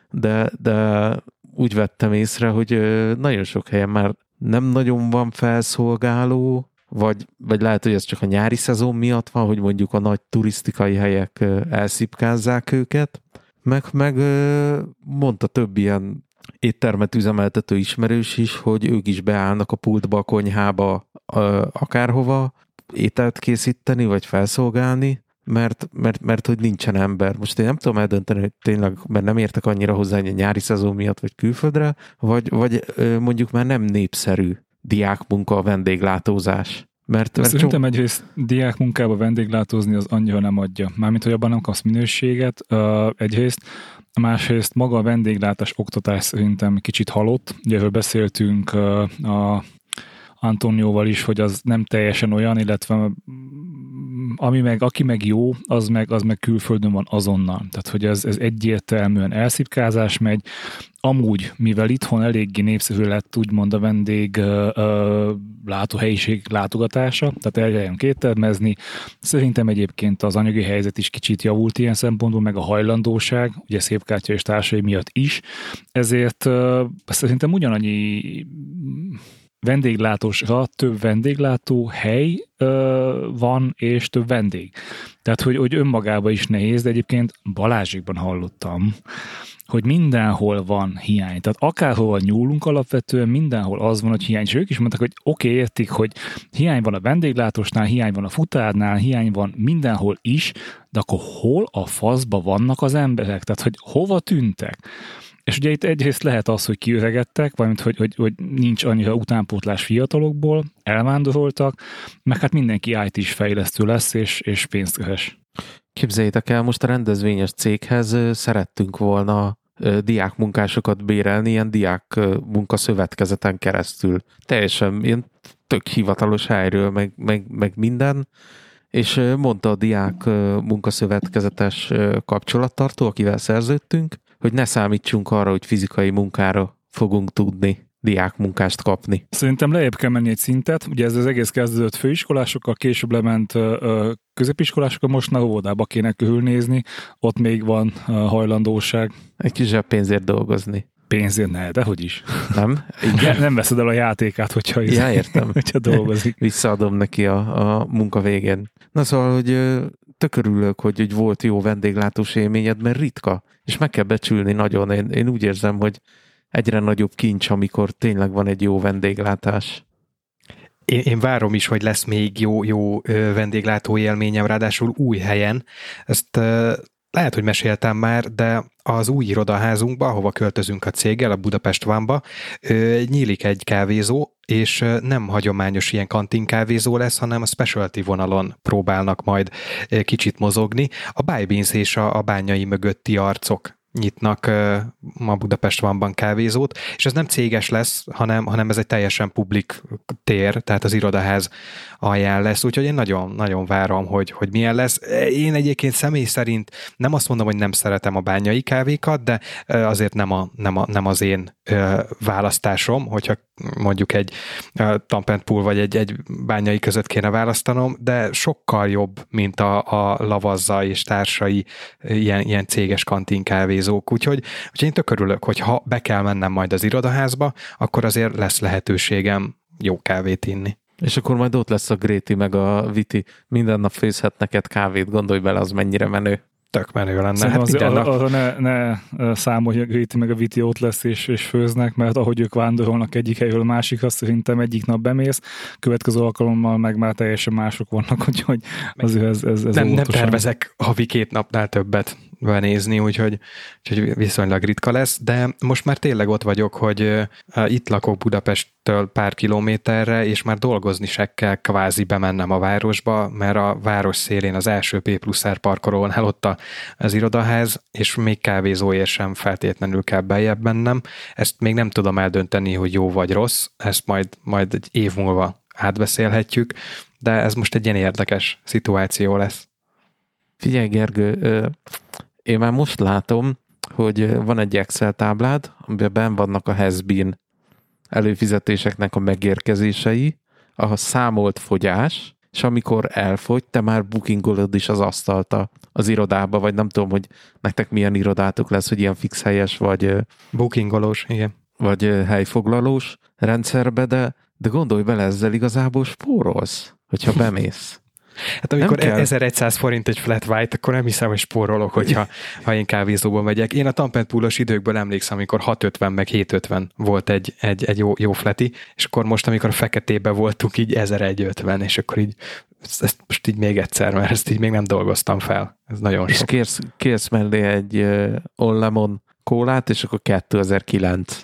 de úgy vettem észre, hogy nagyon sok helyen már nem nagyon van felszolgáló, vagy lehet, hogy ez csak a nyári szezon miatt van, hogy mondjuk a nagy turisztikai helyek elszipkázzák őket, meg mondta több ilyen éttermet üzemeltető ismerős is, hogy ők is beállnak a pultba, a konyhába, akárhova ételt készíteni, vagy felszolgálni, mert hogy nincsen ember. Most én nem tudom eldönteni, hogy tényleg, mert nem értek annyira hozzá, hogy a nyári szezon miatt, vagy külföldre, vagy mondjuk már nem népszerű diákmunka a vendéglátózás. Mert szerintem egyrészt diákmunkába vendéglátózni az annyira nem adja. Mármint, hogy abban nem kapsz minőséget egyrészt, másrészt maga a vendéglátás oktatás szerintem kicsit halott. Ugye erről beszéltünk a Antonióval is, hogy az nem teljesen olyan, illetve aki meg jó, az meg külföldön van azonnal. Tehát, hogy ez egyértelműen elszipkázás megy. Amúgy, mivel itthon eléggé népszerű lett úgymond a vendég látóhelyiség látogatása, tehát eljön kéttermezni. Szerintem egyébként az anyagi helyzet is kicsit javult ilyen szempontból, meg a hajlandóság, ugye Szépkártya és társai miatt is. Ezért szerintem ugyanannyi vendéglátósra több vendéglátó hely van, és több vendég. Tehát, hogy önmagában is nehéz, de egyébként Balázsikban hallottam, hogy mindenhol van hiány. Tehát akárhol nyúlunk alapvetően, mindenhol az van, hogy hiány. És ők is mondták, hogy oké, értik, hogy hiány van a vendéglátósnál, hiány van a futárnál, hiány van mindenhol is, de akkor hol a faszba vannak az emberek? Tehát, hogy hova tűntek? És ugye itt egyrészt lehet az, hogy kiöregedtek, valamint, hogy nincs annyira utánpótlás fiatalokból, elvándoroltak, meg hát mindenki IT-s fejlesztő lesz, és pénzt keres. Képzeljétek el, most a rendezvényes céghez szerettünk volna diákmunkásokat bérelni, ilyen diák munkaszövetkezeten keresztül. Teljesen ilyen tök hivatalos helyről, meg minden, és mondta a diák munkaszövetkezetes kapcsolattartó, akivel szerződtünk, hogy ne számítsunk arra, hogy fizikai munkára fogunk tudni diákmunkást kapni. Szerintem lejjebb kell menni egy szintet, ugye ez az egész kezdődött főiskolásokkal, később lement középiskolásokkal, most már óvodába kéne körülnézni, ott még van hajlandóság. Egy kis pénzért dolgozni. Pénzért ne, dehogy is. Nem? Igen. Nem veszed el a játékát, hogyha, értem. hogyha dolgozik. Visszaadom neki a munka végén. Na szóval, hogy tök örülök, hogy volt jó vendéglátós élményed, mert ritka, és meg kell becsülni nagyon. Én úgy érzem, hogy egyre nagyobb kincs, amikor tényleg van egy jó vendéglátás. Én várom is, hogy lesz még jó vendéglátó élményem, ráadásul új helyen. Ezt lehet, hogy meséltem már, de az új irodaházunkba, ahova költözünk a céggel, a Budapest One-ba, nyílik egy kávézó, és nem hagyományos ilyen kantinkávézó lesz, hanem a specialty vonalon próbálnak majd kicsit mozogni. A Buy Beans és a bányai mögötti arcok nyitnak a Budapest One-ban kávézót, és ez nem céges lesz, hanem ez egy teljesen publik tér, tehát az irodaház alján lesz, úgyhogy én nagyon, nagyon várom, hogy milyen lesz. Én egyébként személy szerint nem azt mondom, hogy nem szeretem a bányai kávékat, de azért nem az én választásom, hogyha mondjuk egy Tampent-Pool vagy egy bányai között kéne választanom, de sokkal jobb, mint a Lavazza és társai ilyen céges kantinkávézók. Úgyhogy én tök örülök, hogy ha be kell mennem majd az irodaházba, akkor azért lesz lehetőségem jó kávét inni. És akkor majd ott lesz a Gréti meg a Viti. Minden nap főzhet neked kávét, gondolj bele, az mennyire menő. Tök menő lenne. Szerintem hát arra ne számolj, hogy a Gréti meg a Viti ott lesz és főznek, mert ahogy ők vándorolnak egyik helyről a másikra, szerintem egyik nap bemész, következő alkalommal meg már teljesen mások vannak, úgyhogy azért ez nem tervezek havi 2 napnál többet benézni, úgyhogy viszonylag ritka lesz, de most már tényleg ott vagyok, hogy itt lakok Budapesttől pár kilométerre, és már dolgozni se kell kvázi bemennem a városba, mert a város szélén az első P+R parkolónál ott az irodaház, és még kávézóért sem feltétlenül kell beljebb mennem. Ezt még nem tudom eldönteni, hogy jó vagy rossz, ezt majd egy év múlva átbeszélhetjük, de ez most egy ilyen érdekes szituáció lesz. Figyelj, Gergő, én már most látom, hogy van egy Excel táblád, amiben benn vannak a has-been előfizetéseknek a megérkezései, a számolt fogyás, és amikor elfogy, te már bookingolod is az asztalt az irodába, vagy nem tudom, hogy nektek milyen irodátok lesz, hogy ilyen fix helyes, vagy bookingolós, igen. Vagy helyfoglalós rendszerbe, de gondolj bele, ezzel igazából spórolsz, hogyha bemész. Hát amikor 1100 forint egy flat white, akkor nem hiszem, hogy spórolok, ha én kávézóban megyek. Én a Tampent-Poolos időkből emlékszem, amikor 650 meg 750 volt egy jó flati, és akkor most, amikor a feketében voltunk, így 1150, és akkor így ezt most így még egyszer, mert ezt így még nem dolgoztam fel. Ez nagyon sok. És kérsz mellé egy On Lemon kólát, és akkor 2009.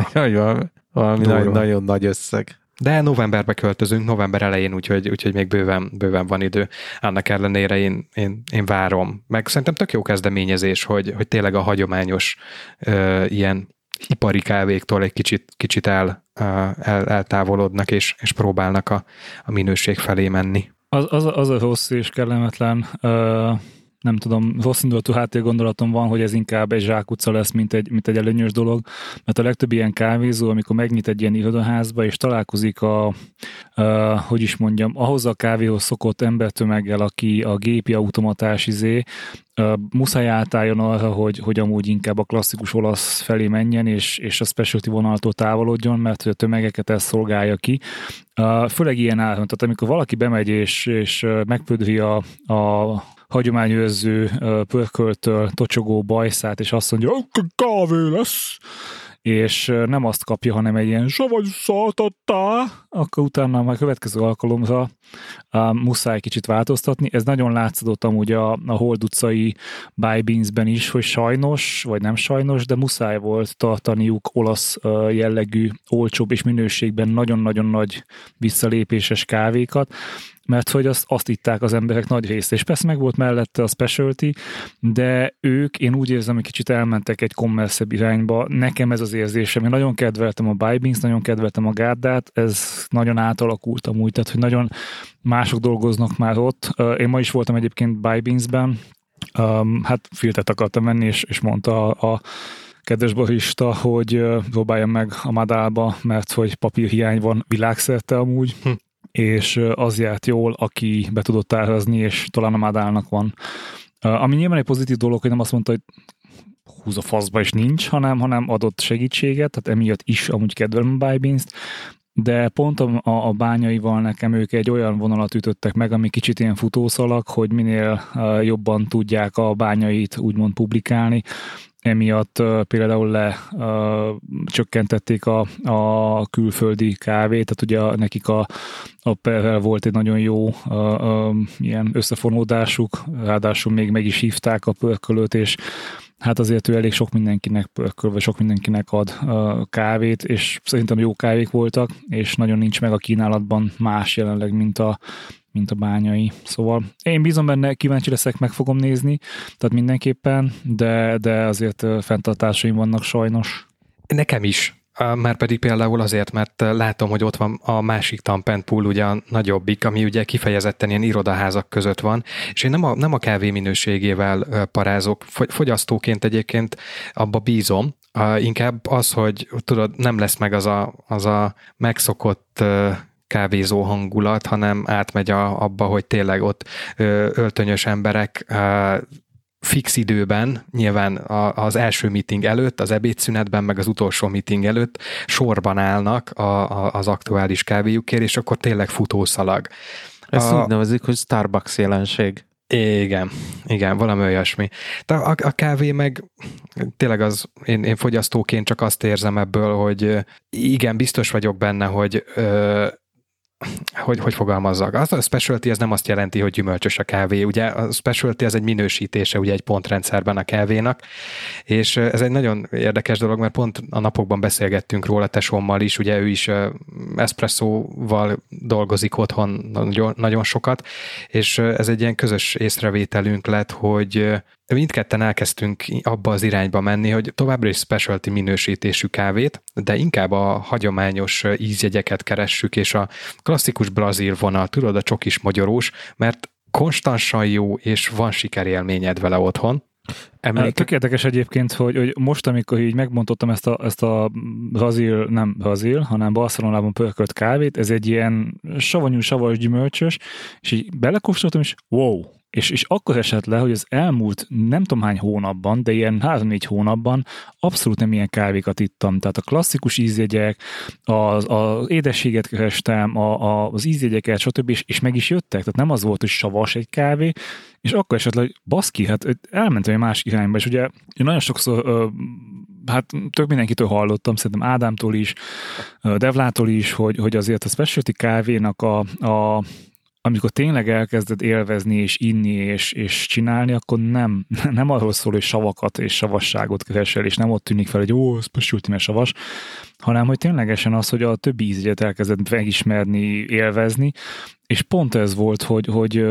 Ja. Valami nagyon nagy összeg. De novemberbe költözünk, november elején, úgyhogy még bőven van idő. Annak ellenére én várom. Meg szerintem tök jó kezdeményezés, hogy tényleg a hagyományos ilyen ipari kávéktól egy kicsit eltávolodnak, és próbálnak a minőség felé menni. Az a rossz és kellemetlen, nem tudom, rossz indulatú háttérgondolatom van, hogy ez inkább egy zsákutca lesz, mint egy előnyös dolog, mert a legtöbb ilyen kávézó, amikor megnyit egy ilyen irodaházba, és találkozik hogy is mondjam, ahhoz a kávéhoz szokott embertömeggel, aki a gépi automatás muszáj átálljon arra, hogy amúgy inkább a klasszikus olasz felé menjen, és a specialty vonaltól távolodjon, mert a tömegeket ez szolgálja ki. Főleg ilyen áron, tehát amikor valaki bemegy és megpödri a hagyományőrző pörköltől tocsogó bajszát, és azt mondja, kávé lesz, és nem azt kapja, hanem egy ilyen savanyszaltattá, akkor utána már következő alkalomra muszáj kicsit változtatni. Ez nagyon látszódott amúgy a Hold utcai Buy Beans-ben is, hogy sajnos, vagy nem sajnos, de muszáj volt tartaniuk olasz jellegű, olcsóbb és minőségben nagyon-nagyon nagy visszalépéses kávékat, mert hogy azt itták az emberek nagy része, és persze meg volt mellette a specialty, de én úgy érzem, hogy kicsit elmentek egy kommerszebb irányba. Nekem ez az érzésem. Én nagyon kedveltem a Buy Beans, nagyon kedveltem a Gárdát, ez nagyon átalakult amúgy, tehát hogy nagyon mások dolgoznak már ott. Én ma is voltam egyébként Buy Beans-ben, hát filtert akartam venni, és mondta a kedves barista, hogy próbáljam meg a Madálba, mert hogy papírhiány van világszerte amúgy, és az járt jól, aki be tudott árazni, és talán a Madálnak van. Ami nyilván egy pozitív dolog, hogy nem azt mondta, hogy húz a faszba is nincs, hanem adott segítséget, tehát emiatt is amúgy kedvelem a Buy Beans-t, de pont a bányaival nekem ők egy olyan vonalat ütöttek meg, ami kicsit ilyen futószalag, hogy minél jobban tudják a bányait úgymond publikálni. Emiatt például csökkentették a külföldi kávét, tehát ugye nekik a Perrel volt egy nagyon jó ilyen összefonódásuk, ráadásul még meg is hívták a pörkölőt, és hát azért ő elég sok mindenkinek pörköl, vagy sok mindenkinek ad kávét, és szerintem jó kávék voltak, és nagyon nincs meg a kínálatban más jelenleg, mint a Bányai. Szóval én bízom benne, kíváncsi leszek, meg fogom nézni, tehát mindenképpen, de azért fenntartásaim vannak sajnos. Nekem is. Már pedig például azért, mert látom, hogy ott van a másik Tampenpool, ugye a nagyobbik, ami ugye kifejezetten ilyen irodaházak között van, és én nem a kávé minőségével parázok, fogyasztóként egyébként abba bízom, inkább az, hogy tudod, nem lesz meg az a megszokott kávézó hangulat, hanem átmegy abba, hogy tényleg ott öltönyös emberek fix időben, nyilván az első meeting előtt, az ebédszünetben, meg az utolsó meeting előtt sorban állnak az aktuális kávéjukért, és akkor tényleg futószalag. Ezt úgy nevezik, hogy Starbucks jelenség. Igen, valami olyasmi. De a kávé meg tényleg én fogyasztóként csak azt érzem ebből, hogy igen, biztos vagyok benne, hogy fogalmazzak. A specialty ez nem azt jelenti, hogy gyümölcsös a kávé. Ugye a specialty ez egy minősítése ugye egy pontrendszerben a kávénak, és ez egy nagyon érdekes dolog, mert pont a napokban beszélgettünk róla tesómmal is, ugye ő is eszpresszóval dolgozik otthon nagyon sokat, és ez egy ilyen közös észrevételünk lett, hogy mindketten elkezdtünk abba az irányba menni, hogy továbbra is specialty minősítésű kávét, de inkább a hagyományos ízjegyeket keressük, és a klasszikus brazil vonal, tudod, a csokis magyarós, mert konstansan jó, és van sikerélményed vele otthon. Tök érdekes egyébként, hogy most, amikor így megbontottam ezt a nem brazil, hanem Barcelonában pörkölt kávét, ez egy ilyen savas gyümölcsös, és így belekóstoltam, és wow! És akkor esett le, hogy az elmúlt nem tudom hány hónapban, de ilyen 3-4 hónapban abszolút nem ilyen kávékat ittam. Tehát a klasszikus ízjegyek, az édességet kerestem, az ízjegyeket, stb. És meg is jöttek. Tehát nem az volt, hogy savas egy kávé, és akkor esett le, hogy baszki, hát elmentem egy másik irányba, és ugye én nagyon sokszor hát tök mindenkitől hallottam, szerintem Ádámtól is, Devlától is, hogy azért a specialty kávénak amikor tényleg elkezded élvezni, és inni, és csinálni, akkor nem arról szól, hogy savakat és savasságot keresel, és nem ott tűnik fel, hogy specialty, mert savas, hanem hogy ténylegesen az, hogy a többi ízjegyet elkezded megismerni, élvezni, és pont ez volt, hogy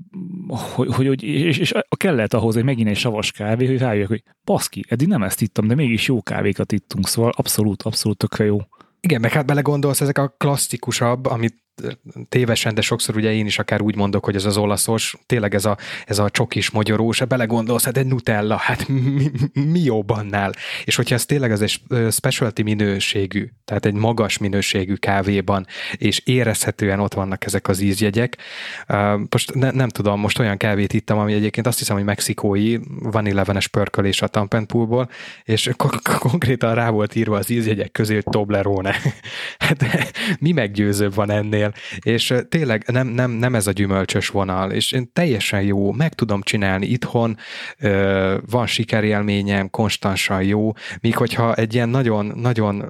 kellett ahhoz, hogy megint egy savas kávé, hogy rájöjjek, hogy baszki, eddig nem ezt ittam, de mégis jó kávékat ittunk, szóval abszolút tökre jó. Igen, meg hát belegondolsz, ezek a klasszikusabb, amit tévesen, de sokszor ugye én is akár úgy mondok, hogy ez az olaszos, tényleg ez a csokis magyarós, belegondolsz, hát egy Nutella, hát mi jobb annál? És hogyha ez tényleg az egy specialty minőségű, tehát egy magas minőségű kávéban, és érezhetően ott vannak ezek az ízjegyek. Most nem tudom, most olyan kávét ittam, ami egyébként azt hiszem, hogy mexikói, van 11-es pörkölés a Tampenpoolból, és konkrétan rá volt írva az ízjegyek közé, hogy Toblerone. Hát mi meggyőzőbb van ennél? És tényleg nem ez a gyümölcsös vonal, és én teljesen jó, meg tudom csinálni itthon, van sikerélményem, konstansan jó, míg hogyha egy ilyen nagyon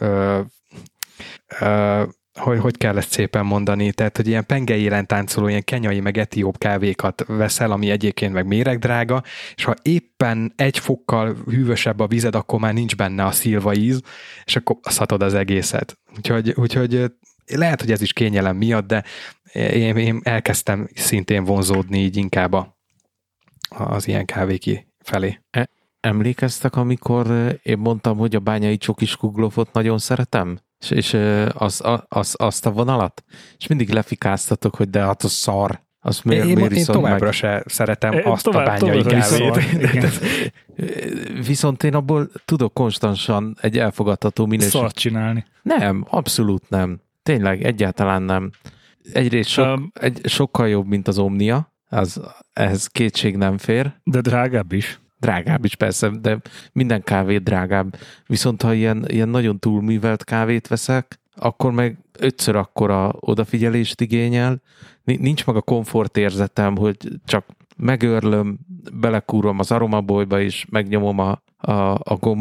hogy kell ezt szépen mondani, tehát, hogy ilyen pengei élen táncoló, ilyen kenyai, meg etióp kávékat veszel, ami egyébként meg méregdrága, és ha éppen egy fokkal hűvösebb a vized, akkor már nincs benne a szilva íz, és akkor szatod az egészet. Úgyhogy lehet, hogy ez is kényelem miatt, de én elkezdtem szintén vonzódni így inkább az ilyen kávéki felé. Emlékeztek, amikor én mondtam, hogy a bányai csokis kuglófot nagyon szeretem? És azt a vonalat? És mindig lefikáztatok, hogy de hát az szar. Azt én továbbra se szeretem azt a bányai kávét. Viszont én abból tudok konstansan egy elfogadható minőség. Szart csinálni. Nem, abszolút nem. Tényleg, egyáltalán nem. Egyrészt sokkal jobb, mint az Omnia, ehhez kétség nem fér. De drágább is. Drágább is persze, de minden kávé drágább. Viszont ha ilyen nagyon túlművelt kávét veszek, akkor meg 5-ször akkora odafigyelést igényel. Nincs meg a komfortérzetem, hogy csak megörlöm, belekúrom az aromabolyba és megnyomom a gombot,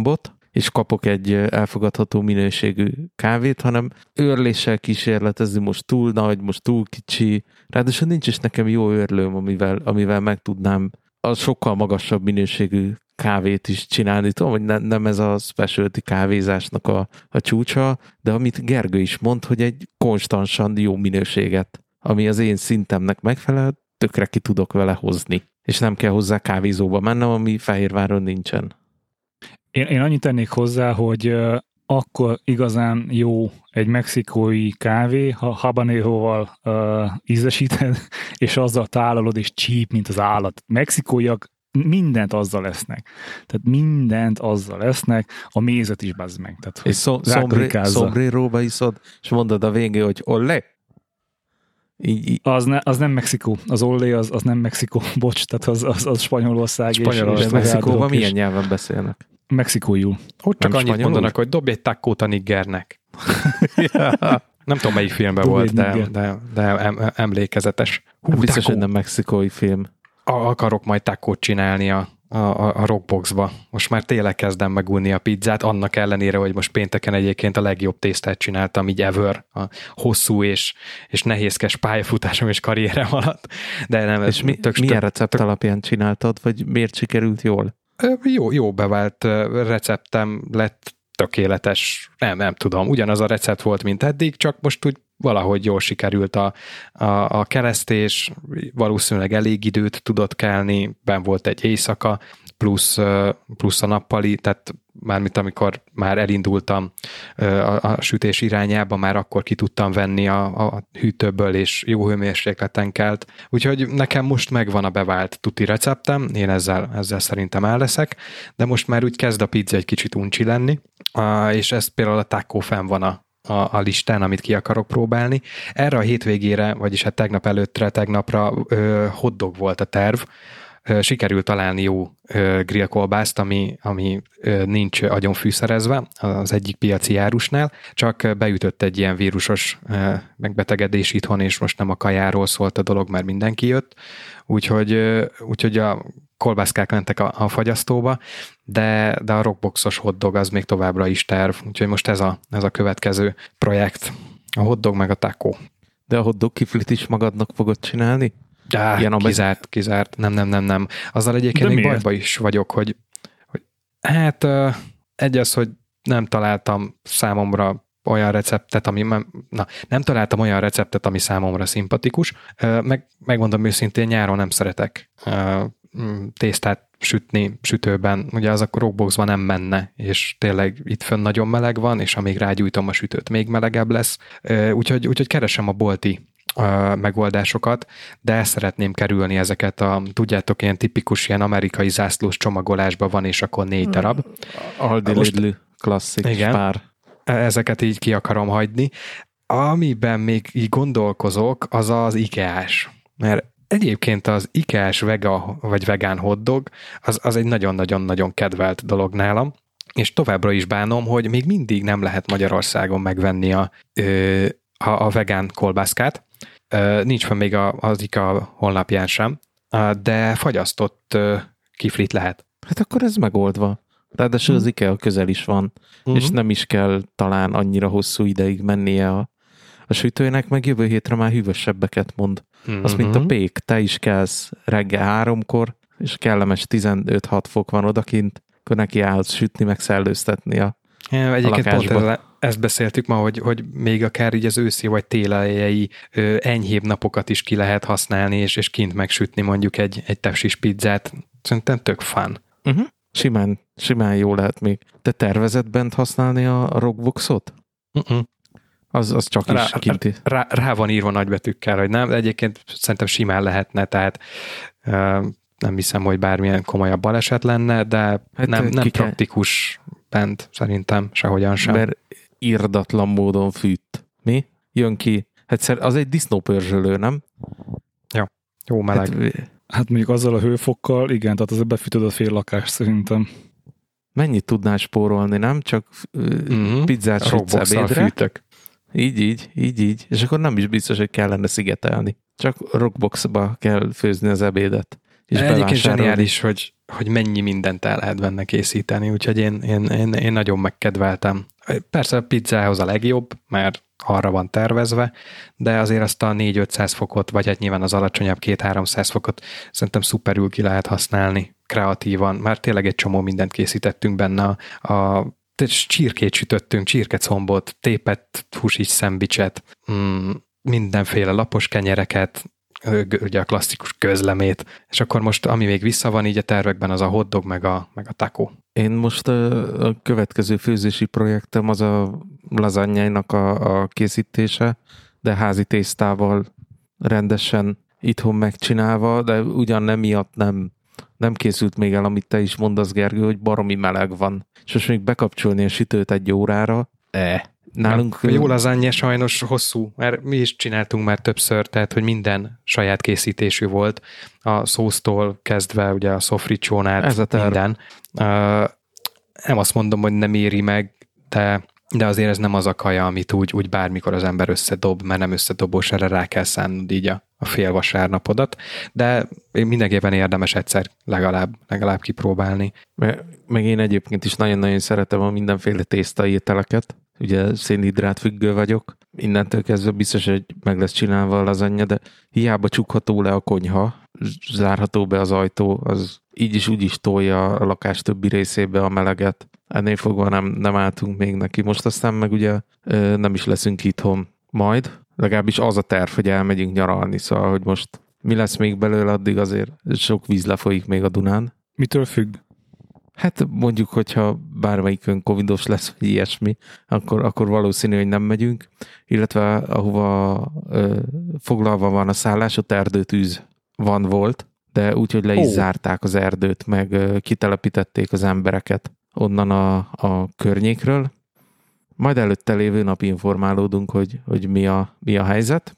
és kapok egy elfogadható minőségű kávét, hanem őrléssel kísérletezni, most túl nagy, most túl kicsi. Ráadásul nincs is nekem jó őrlőm, amivel meg tudnám a sokkal magasabb minőségű kávét is csinálni. Tudom, hogy nem ez a specialty kávézásnak a csúcsa, de amit Gergő is mond, hogy egy konstansan jó minőséget, ami az én szintemnek megfelel, tökre ki tudok vele hozni. És nem kell hozzá kávézóba mennem, ami Fehérváron nincsen. Én annyit tennék hozzá, hogy akkor igazán jó egy mexikói kávé, ha habaneroval ízesíted, és azzal tálalod, és csíp, mint az állat. Mexikóiak mindent azzal lesznek. Tehát mindent azzal lesznek, a mézet is bazd meg. Tehát, és sombreróba iszod, és mondod a végén, hogy ollé? Az nem Mexikó. Az ollé az nem Mexikó. Bocs, tehát az Spanyolország. És Mexikóban milyen nyelven beszélnek? Mexikóiul. Ott csak annyit mondanak, hogy dobj egy takkót a niggernek. Nem tudom, melyik filmben volt, de emlékezetes. Biztos, hogy nem mexikói film. Akarok majd takkót csinálni a Rockboxba. Most már tényleg kezdem megunni a pizzát, annak ellenére, hogy most pénteken egyébként a legjobb tésztát csináltam így ever, a hosszú és nehézkes pályafutásom és karrierem alatt. De nem, és milyen recept alapján csináltad, vagy miért sikerült jól? Jó bevált receptem lett, tökéletes, nem tudom, ugyanaz a recept volt, mint eddig, csak most úgy valahogy jól sikerült a keresztés, valószínűleg elég időt tudott kelni, benn volt egy éjszaka, plusz a nappali, tehát mármint amikor már elindultam a sütés irányába, már akkor ki tudtam venni a hűtőből, és jó hőmérsékleten kelt. Úgyhogy nekem most megvan a bevált tuti receptem, én ezzel szerintem el leszek, de most már úgy kezd a pizza egy kicsit uncsi lenni, és ez például a taco fenn van a listán, amit ki akarok próbálni. Erre a hétvégére, vagyis hát tegnapra hotdog volt a terv. Sikerült találni jó grillkolbászt, ami nincs agyon fűszerezve az egyik piaci árusnál, csak beütött egy ilyen vírusos megbetegedés itthon, és most nem a kajáról szólt a dolog, mert mindenki jött, úgyhogy a kolbászkák mentek a fagyasztóba, de a Rockboxos hotdog az még továbbra is terv, úgyhogy most ez a következő projekt, a hotdog meg a taco. De a hotdog kiflit is magadnak fogod csinálni? Kizárt. Nem. Azzal egyébként még bajba is vagyok, hogy hát egy az, hogy nem találtam számomra olyan receptet, ami számomra szimpatikus. Megmondom őszintén, nyáron nem szeretek tésztát sütni sütőben, ugye az a Rockboxban nem menne, és tényleg itt fönn nagyon meleg van, és amíg rágyújtom a sütőt, még melegebb lesz. Úgyhogy keresem a bolti megoldásokat, de ezt szeretném kerülni ezeket tudjátok, ilyen tipikus ilyen amerikai zászlós csomagolásban van, és akkor 4 darab. Aldi Lidl klasszik spár. Ezeket így ki akarom hagyni. Amiben még így gondolkozok, az az IKEA-s. Mert egyébként az IKEA-s vagy vegán hotdog, az egy nagyon-nagyon-nagyon kedvelt dolog nálam, és továbbra is bánom, hogy még mindig nem lehet Magyarországon megvenni a vegán kolbászkát. Nincs fenn még az IKEA honlapján sem, de fagyasztott kiflit lehet. Hát akkor ez megoldva. Ráadásul az IKEA közel is van, és nem is kell talán annyira hosszú ideig mennie a sütőnek, meg jövő hétre már hűvösebbeket mond. Az, mint a pék, te is kelsz reggel 3-kor, és kellemes 15-6 fok van odakint, akkor neki állsz sütni, meg szellőztetni a egyébként lakásba. Pont ezt beszéltük ma, hogy még akár így az őszi vagy télelejei enyhébb napokat is ki lehet használni, és kint megsütni mondjuk egy tepsis pizzát. Szerintem tök fun. Simán jó lehet még. Te tervezed bent használni a Rockboxot? Az csak is kinti. Rá van írva nagybetűkkel, hogy nem, de egyébként szerintem simán lehetne, tehát nem hiszem, hogy bármilyen komolyabb baleset lenne, de hát nem praktikus bent szerintem sehogyan sem. Mert irdatlan módon fűt. Mi? Jön ki. Hát az egy disznópörzsölő, nem? Jó meleg. Hát mondjuk azzal a hőfokkal, igen, tehát az befűtöd a fél lakást szerintem. Mennyit tudnál spórolni, nem? Csak pizzát sütsz ebédre. Fűtök. Így. És akkor nem is biztos, hogy kellene szigetelni. Csak Rockboxba kell főzni az ebédet. És egyébként zseniális, hogy mennyi mindent el lehet benne készíteni, úgyhogy én nagyon megkedveltem. Persze a pizzához a legjobb, mert arra van tervezve, de azért azt a 400-500 fokot, vagy hát nyilván az alacsonyabb 200-300 fokot szerintem szuperül ki lehet használni kreatívan, már tényleg egy csomó mindent készítettünk benne, csirkét sütöttünk, csirkecombot, tépett húsis szendvicset, mindenféle lapos kenyereket, ugye a klasszikus közlemét, és akkor most, ami még vissza van így a tervekben, az a hotdog meg a taco. Én most a következő főzési projektem az a lazanyának a készítése, de házi tésztával rendesen itthon megcsinálva, de ugyan emiatt nem készült még el, amit te is mondasz, Gergő, hogy baromi meleg van. És most még bekapcsolni a sütőt 1 órára, nálunk... Jó lazánye sajnos hosszú, mert mi is csináltunk már többször, tehát hogy minden saját készítésű volt, a szósztól kezdve ugye a szofricsón át minden. Nem azt mondom, hogy nem éri meg, de azért ez nem az a kaja, amit úgy bármikor az ember összedob, mert nem összedobós, erre rá kell szánnod így a fél vasárnapodat, de mindenképpen érdemes egyszer legalább kipróbálni. Meg én egyébként is nagyon-nagyon szeretem a mindenféle tésztai ételeket, ugye szénhidrát függő vagyok, innentől kezdve biztos, hogy meg lesz csinálva a lazanya, de hiába csukható le a konyha, zárható be az ajtó, az így is úgy is tolja a lakás többi részébe a meleget. Ennél fogva nem álltunk még neki. Most aztán meg ugye nem is leszünk itthon majd. Legalábbis az a terv, hogy elmegyünk nyaralni, szóval, hogy most mi lesz még belőle, addig azért sok víz lefolyik még a Dunán. Mitől függ? Hát mondjuk, hogyha bármelyikön covidos lesz, vagy ilyesmi, akkor valószínű, hogy nem megyünk. Illetve ahova foglalva van a szállás, ott erdőtűz volt, de úgy, hogy le is zárták az erdőt, meg kitelepítették az embereket onnan a környékről. Majd előtte lévő nap informálódunk, hogy mi a helyzet.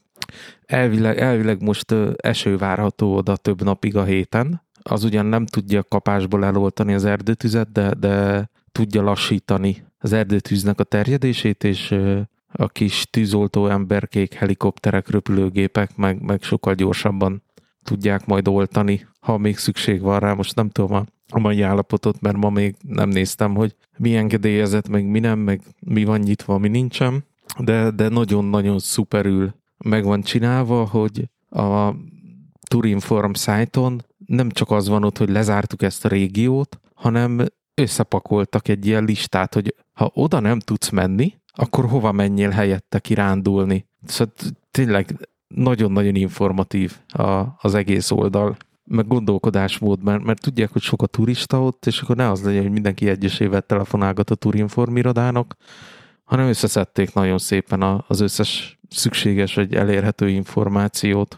Elvileg most eső várható oda több napig a héten. Az ugyan nem tudja kapásból eloltani az erdőtüzet, de tudja lassítani az erdőtűznek a terjedését, és a kis tűzoltó emberkék, helikopterek, repülőgépek meg sokkal gyorsabban tudják majd oltani, ha még szükség van rá. Most nem tudom a mai állapotot, mert ma még nem néztem, hogy mi engedélyezett, meg mi nem, meg mi van nyitva, mi nincsen, de nagyon-nagyon szuperül meg van csinálva, hogy a Tourinform szájton nem csak az van ott, hogy lezártuk ezt a régiót, hanem összepakoltak egy ilyen listát, hogy ha oda nem tudsz menni, akkor hova menjél helyette kirándulni. Szóval tényleg nagyon-nagyon informatív az egész oldal, meg gondolkodásmód, mert tudják, hogy sok a turista ott, és akkor ne az legyen, hogy mindenki egyesével telefonálgat a Tourinform irodának, hanem összeszedték nagyon szépen az összes szükséges vagy elérhető információt.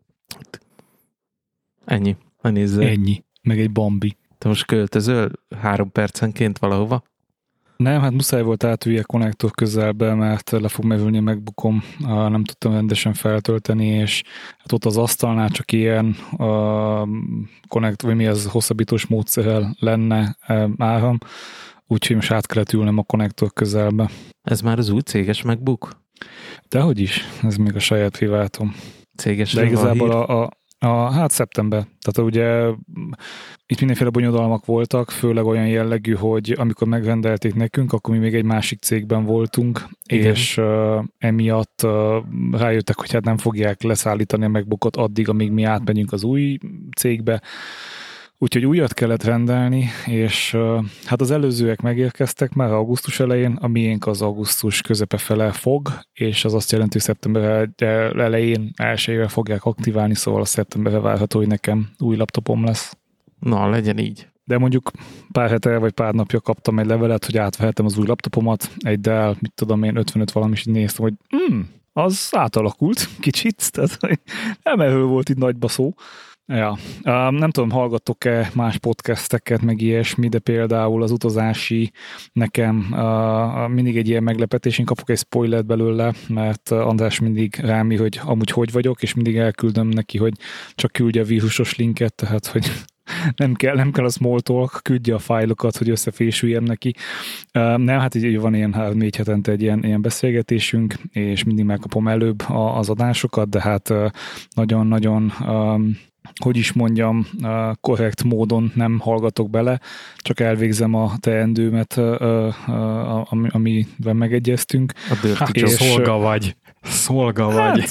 Ennyi. Ennyi. Meg egy Bambi. Te most költözöl 3 percenként valahova? Nem, hát muszáj volt átülni a konnektor közelbe, mert le fog merülni a MacBookom, nem tudtam rendesen feltölteni, és hát ott az asztalnál csak ilyen konnektor, vagy mi az hosszabbítós módszerrel lenne áram, úgyhogy most át kellett ülnem a konnektor közelbe. Ez már az új céges MacBook? Dehogy is, ez még a saját privátom. Cégesre de igazából hát szeptember. Tehát ugye itt mindenféle bonyodalmak voltak, főleg olyan jellegű, hogy amikor megrendelték nekünk, akkor mi még egy másik cégben voltunk, igen. És emiatt rájöttek, hogy hát nem fogják leszállítani a MacBookot addig, amíg mi átmegyünk az új cégbe. Úgyhogy újat kellett rendelni, és hát az előzőek megérkeztek már augusztus elején, a miénk az augusztus közepe fele fog, és az azt jelenti, hogy szeptember elején elsőjével fogják aktiválni, szóval a szeptemberre várható, hogy nekem új laptopom lesz. Na, legyen így. De mondjuk pár hete vagy pár napja kaptam egy levelet, hogy átvehetem az új laptopomat, egy Dell, mit tudom én, 55 valami, és így néztem, hogy az átalakult kicsit, tehát nem erről volt itt nagyba szó. Ja, nem tudom, hallgattok-e más podcasteket, meg ilyesmi, de például az utazási nekem mindig egy ilyen meglepetés, én kapok egy spoilert belőle, mert András mindig rámi, hogy amúgy hogy vagyok, és mindig elküldöm neki, hogy csak küldje a vírusos linket, tehát hogy nem kell a small talk, küldje a fájlokat, hogy összefésüljem neki. Nem, hát így van ilyen 3-4 hetente egy ilyen beszélgetésünk, és mindig megkapom előbb az adásokat, de hát nagyon-nagyon hogy is mondjam, korrekt módon nem hallgatok bele, csak elvégzem a teendőmet, amiben megegyeztünk. A dirty Szolga vagy.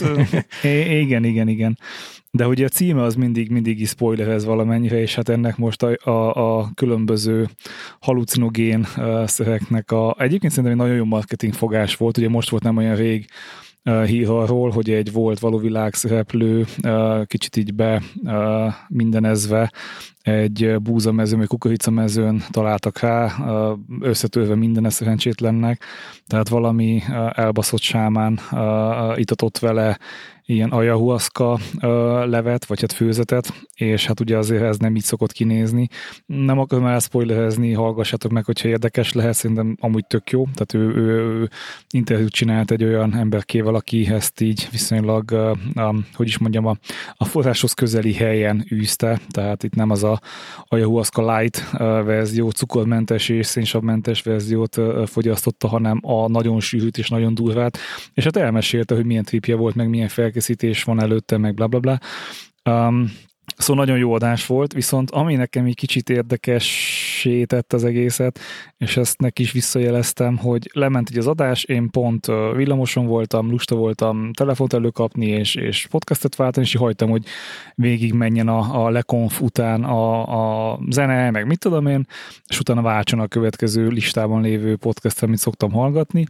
Igen. De ugye a címe az mindig is spoilerez valamennyire, és hát ennek most a különböző halucinogén szereknek egyébként szerintem egy nagyon jó marketing fogás volt, ugye most volt nem olyan rég hír arról, hogy egy volt való világszereplő kicsit így mindenezve egy búzamezőn vagy kukoricamezőn találtak rá, összetörve minden szerencsétlennek, tehát valami elbaszott sámán itatott vele ilyen ayahuasca levet, vagy hát főzetet, és hát ugye azért ez nem így szokott kinézni. Nem akarom elszpoilerezni, hallgassátok meg, hogyha érdekes lehet, szerintem amúgy tök jó. Tehát ő interjút csinált egy olyan emberkével, aki ezt így viszonylag, hogy is mondjam, a forráshoz közeli helyen űzte, tehát itt nem az a ayahuasca light verzió, cukormentes és szénsavmentes verziót fogyasztotta, hanem a nagyon sűrűt és nagyon durvát, és hát elmesélte, hogy milyen tripje volt, meg milyen felkészítés van előtte, meg blablabla. Szóval nagyon jó adás volt, viszont ami nekem egy kicsit érdekessé tett az egészet, és ezt neki is visszajeleztem, hogy lement így az adás, én pont villamoson voltam, lusta voltam telefont előkapni, és podcastet váltani, és így hagytam, hogy végig menjen a lekonf után a zene, meg mit tudom én, és utána váltson a következő listában lévő podcastet, amit szoktam hallgatni.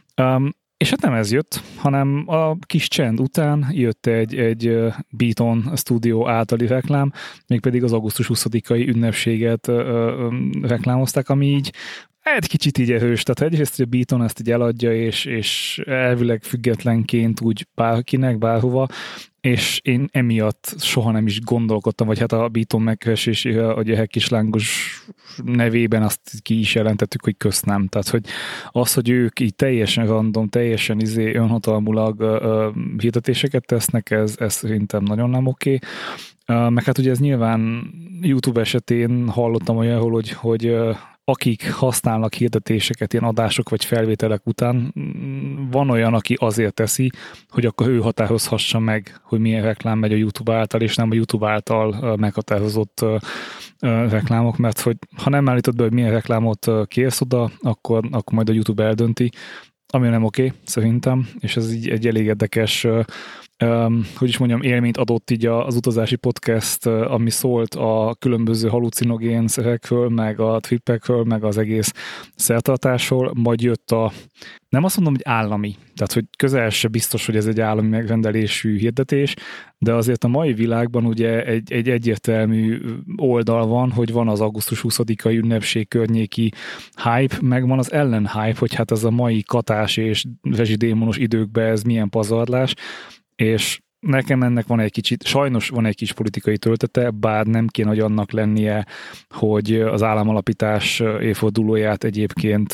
És hát nem ez jött, hanem a kis csend után jött egy Beaton Studio általi reklám, mégpedig az augusztus 20-ai ünnepséget reklámozták, ami így egy kicsit így erős. Tehát egyrészt, hogy a Beaton ezt így eladja, és elvileg függetlenként úgy bárkinek, bárhova, és én emiatt soha nem is gondolkodtam, vagy hát a Beaton megkeresésére, hogy a kislángos nevében azt ki is jelentettük, hogy köszönöm. Tehát, hogy az, hogy ők így teljesen random, teljesen önhatalmulag hirdetéseket tesznek, ez szerintem nagyon nem oké. Meg hát ugye ez nyilván YouTube esetén hallottam olyanról, hogy akik használnak hirdetéseket, ilyen adások vagy felvételek után, van olyan, aki azért teszi, hogy akkor ő határozhassa meg, hogy milyen reklám megy a YouTube által, és nem a YouTube által meghatározott reklámok, mert hogy ha nem állítod be, hogy milyen reklámot kérsz oda, akkor majd a YouTube eldönti, ami nem oké, szerintem, és ez így egy elég érdekes hogy is mondjam, élményt adott így az utazási podcast, ami szólt a különböző halucinogén szerekről, meg a trippekről, meg az egész szertartásról, majd jött nem azt mondom, hogy állami, tehát hogy közel se biztos, hogy ez egy állami megrendelésű hirdetés, de azért a mai világban ugye egy egyértelmű oldal van, hogy van az augusztus 20-ai ünnepség környéki hype, meg van az ellen hype, hogy hát ez a mai katás és rezsidémonos időkben ez milyen pazarlás, és nekem ennek van egy kicsit, sajnos van egy kis politikai töltete, bár nem kéne, hogy annak lennie, hogy az államalapítás évfordulóját egyébként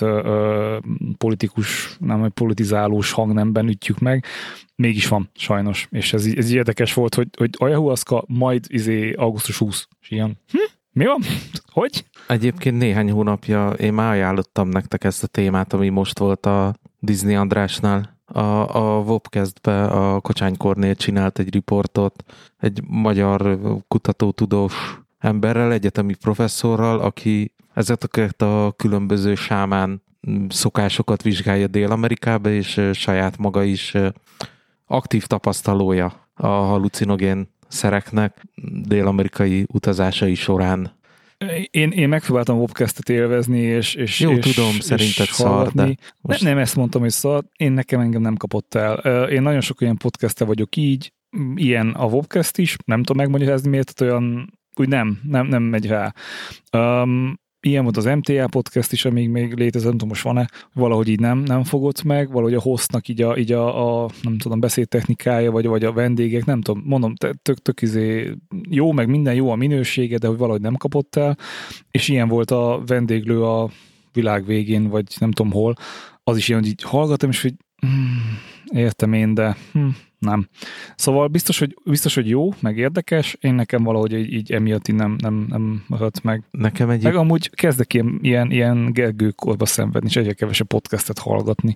politizálós hangnemben ütjük meg. Mégis van, sajnos. És ez érdekes volt, hogy ayahuasca, majd augusztus 20. És ilyen, mi van? Hogy? Egyébként néhány hónapja én már ajánlottam nektek ezt a témát, ami most volt a Disney Andrásnál. A Wobcast-be a Kocsány Kornél csinált egy riportot egy magyar kutatótudós emberrel, egyetemi professzorral, aki ezeket a különböző sámán szokásokat vizsgálja Dél-Amerikába, és saját maga is aktív tapasztalója a halucinogén szereknek dél-amerikai utazásai során. Én megpróbáltam Wobcastet élvezni, és jó, tudom, szerinted szar, de most... nem ezt mondtam, hogy szar, engem nem kapott el. Én nagyon sok olyan podcasttel vagyok így, ilyen a Wobcast is, nem tudom megmagyarázni, miért olyan, úgy nem megy rá. Ilyen volt az MTA podcast is, amíg még létezett, nem tudom, most van-e, valahogy így nem fogott meg, valahogy a hostnak így a nem tudom, beszédtechnikája, vagy a vendégek, nem tudom, mondom, tök jó, meg minden jó a minősége, de hogy valahogy nem kapott el, és ilyen volt a vendéglő a világ végén, vagy nem tudom hol, az is ilyen, hogy így hallgatom, és hogy értem én, de nem. Szóval biztos, hogy jó, meg érdekes, én nekem valahogy így emiatt így nem maradt meg. Nekem meg amúgy kezdek ilyen Gergőkorba szenvedni, és egyre kevesebb podcastet hallgatni. Yeah.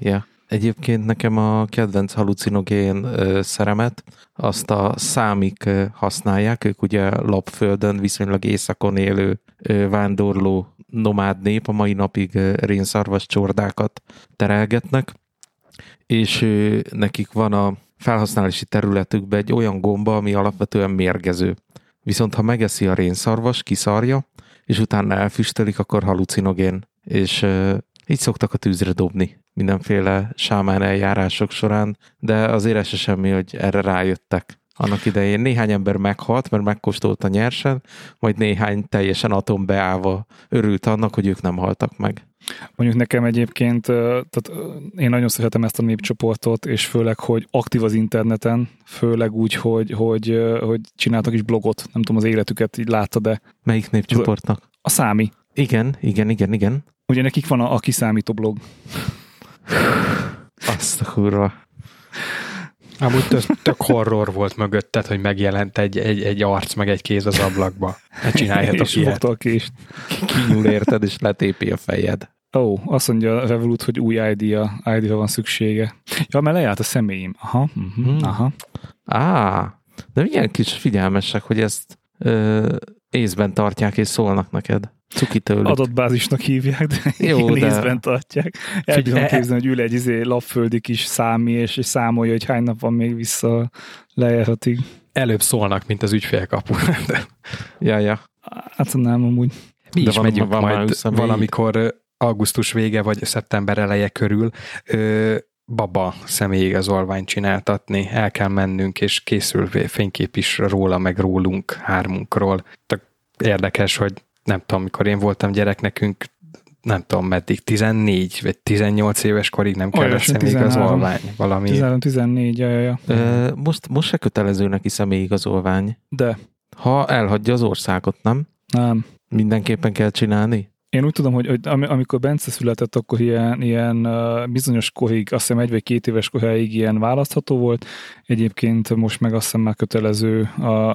Egyébként nekem a kedvenc halucinogén szeremet, azt a számik használják, ők ugye lapföldön viszonylag északon élő vándorló nomád nép, a mai napig rénszarvas csordákat terelgetnek, és nekik van a felhasználási területükben egy olyan gomba, ami alapvetően mérgező. Viszont ha megeszi a rénszarvas, kiszarja, és utána elfüstölik, akkor halucinogén. És így szoktak a tűzre dobni mindenféle sámán eljárások során, de azért ez se semmi, hogy erre rájöttek. Annak idején néhány ember meghalt, mert megkóstolta nyersen, majd néhány teljesen atombeállva örült annak, hogy ők nem haltak meg. Mondjuk nekem egyébként, tehát én nagyon szeretem ezt a népcsoportot, és főleg, hogy aktív az interneten, főleg úgy, hogy csináltak is blogot, nem tudom, az életüket így látta, de... Melyik népcsoportnak? A Számi. Igen. Ugye nekik van a kiszámító blog. Azt a kurva. Amúgy tök horror volt mögötted, hogy megjelent egy arc, meg egy kéz az ablakba. Ne csináljatok és ilyet. fogta a kést. Kinyúl érted, és letépi a fejed. Azt mondja Revolut, hogy új ID-ra van szüksége. Ja, mert lejárt a személyim. Aha. De milyen kis figyelmesek, hogy ezt észben tartják, és szólnak neked. Cuki tőlük. Adatbázisnak hívják, de jó, észben tartják. El bírom képzelni, hogy ül egy lapföldi kis számi, és számolja, hogy hány nap van még vissza lejárhatig. Előbb szólnak, mint az ügyfélkapu. Ja. Hát nem amúgy. Mi de is megyünk majd személy. valamikor augusztus vége, vagy szeptember eleje körül baba személyigazolványt csináltatni. El kell mennünk, és készül fénykép is róla, meg rólunk, hármunkról. Tök érdekes, hogy nem tudom, mikor én voltam gyerek, nekünk nem tudom meddig, 14 vagy 18 éves korig nem kellett személyigazolvány. Valami. 13-14, ja. Most se kötelező neki személyigazolvány. De. Ha elhagyja az országot, nem? Nem. Mindenképpen kell csinálni? Én úgy tudom, hogy amikor Bence született, akkor ilyen bizonyos korig, azt hiszem 1 vagy 2 éves koráig ilyen választható volt. Egyébként most meg azt hiszem már kötelező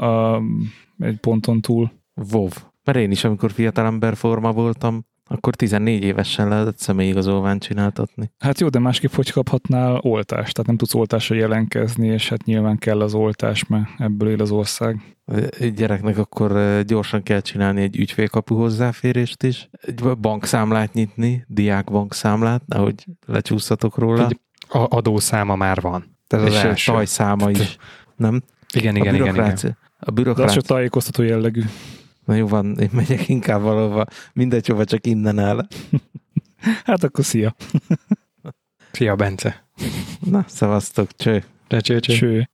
egy ponton túl. Wow. Mert én is, amikor fiatalember forma voltam, akkor 14 évesen lehetett személyigazolványt csináltatni. Hát jó, de másképp hogy kaphatnál oltást? Tehát nem tudsz oltásra jelentkezni, és hát nyilván kell az oltás, mert ebből él az ország. Egy gyereknek akkor gyorsan kell csinálni egy ügyfélkapu hozzáférést is, egy bankszámlát nyitni, diákbankszámlát, nehogy lecsúsztatok róla. Adószáma már van. Ez és az első. tajszáma is, nem? Igen. A bürokrácia. De az csak tájékoztató jellegű. Na jó van, én megyek inkább valahova, mindegy, hova csak innen el. Hát akkor szia. Szia, Bence. Na, szevasztok, cső. Cső.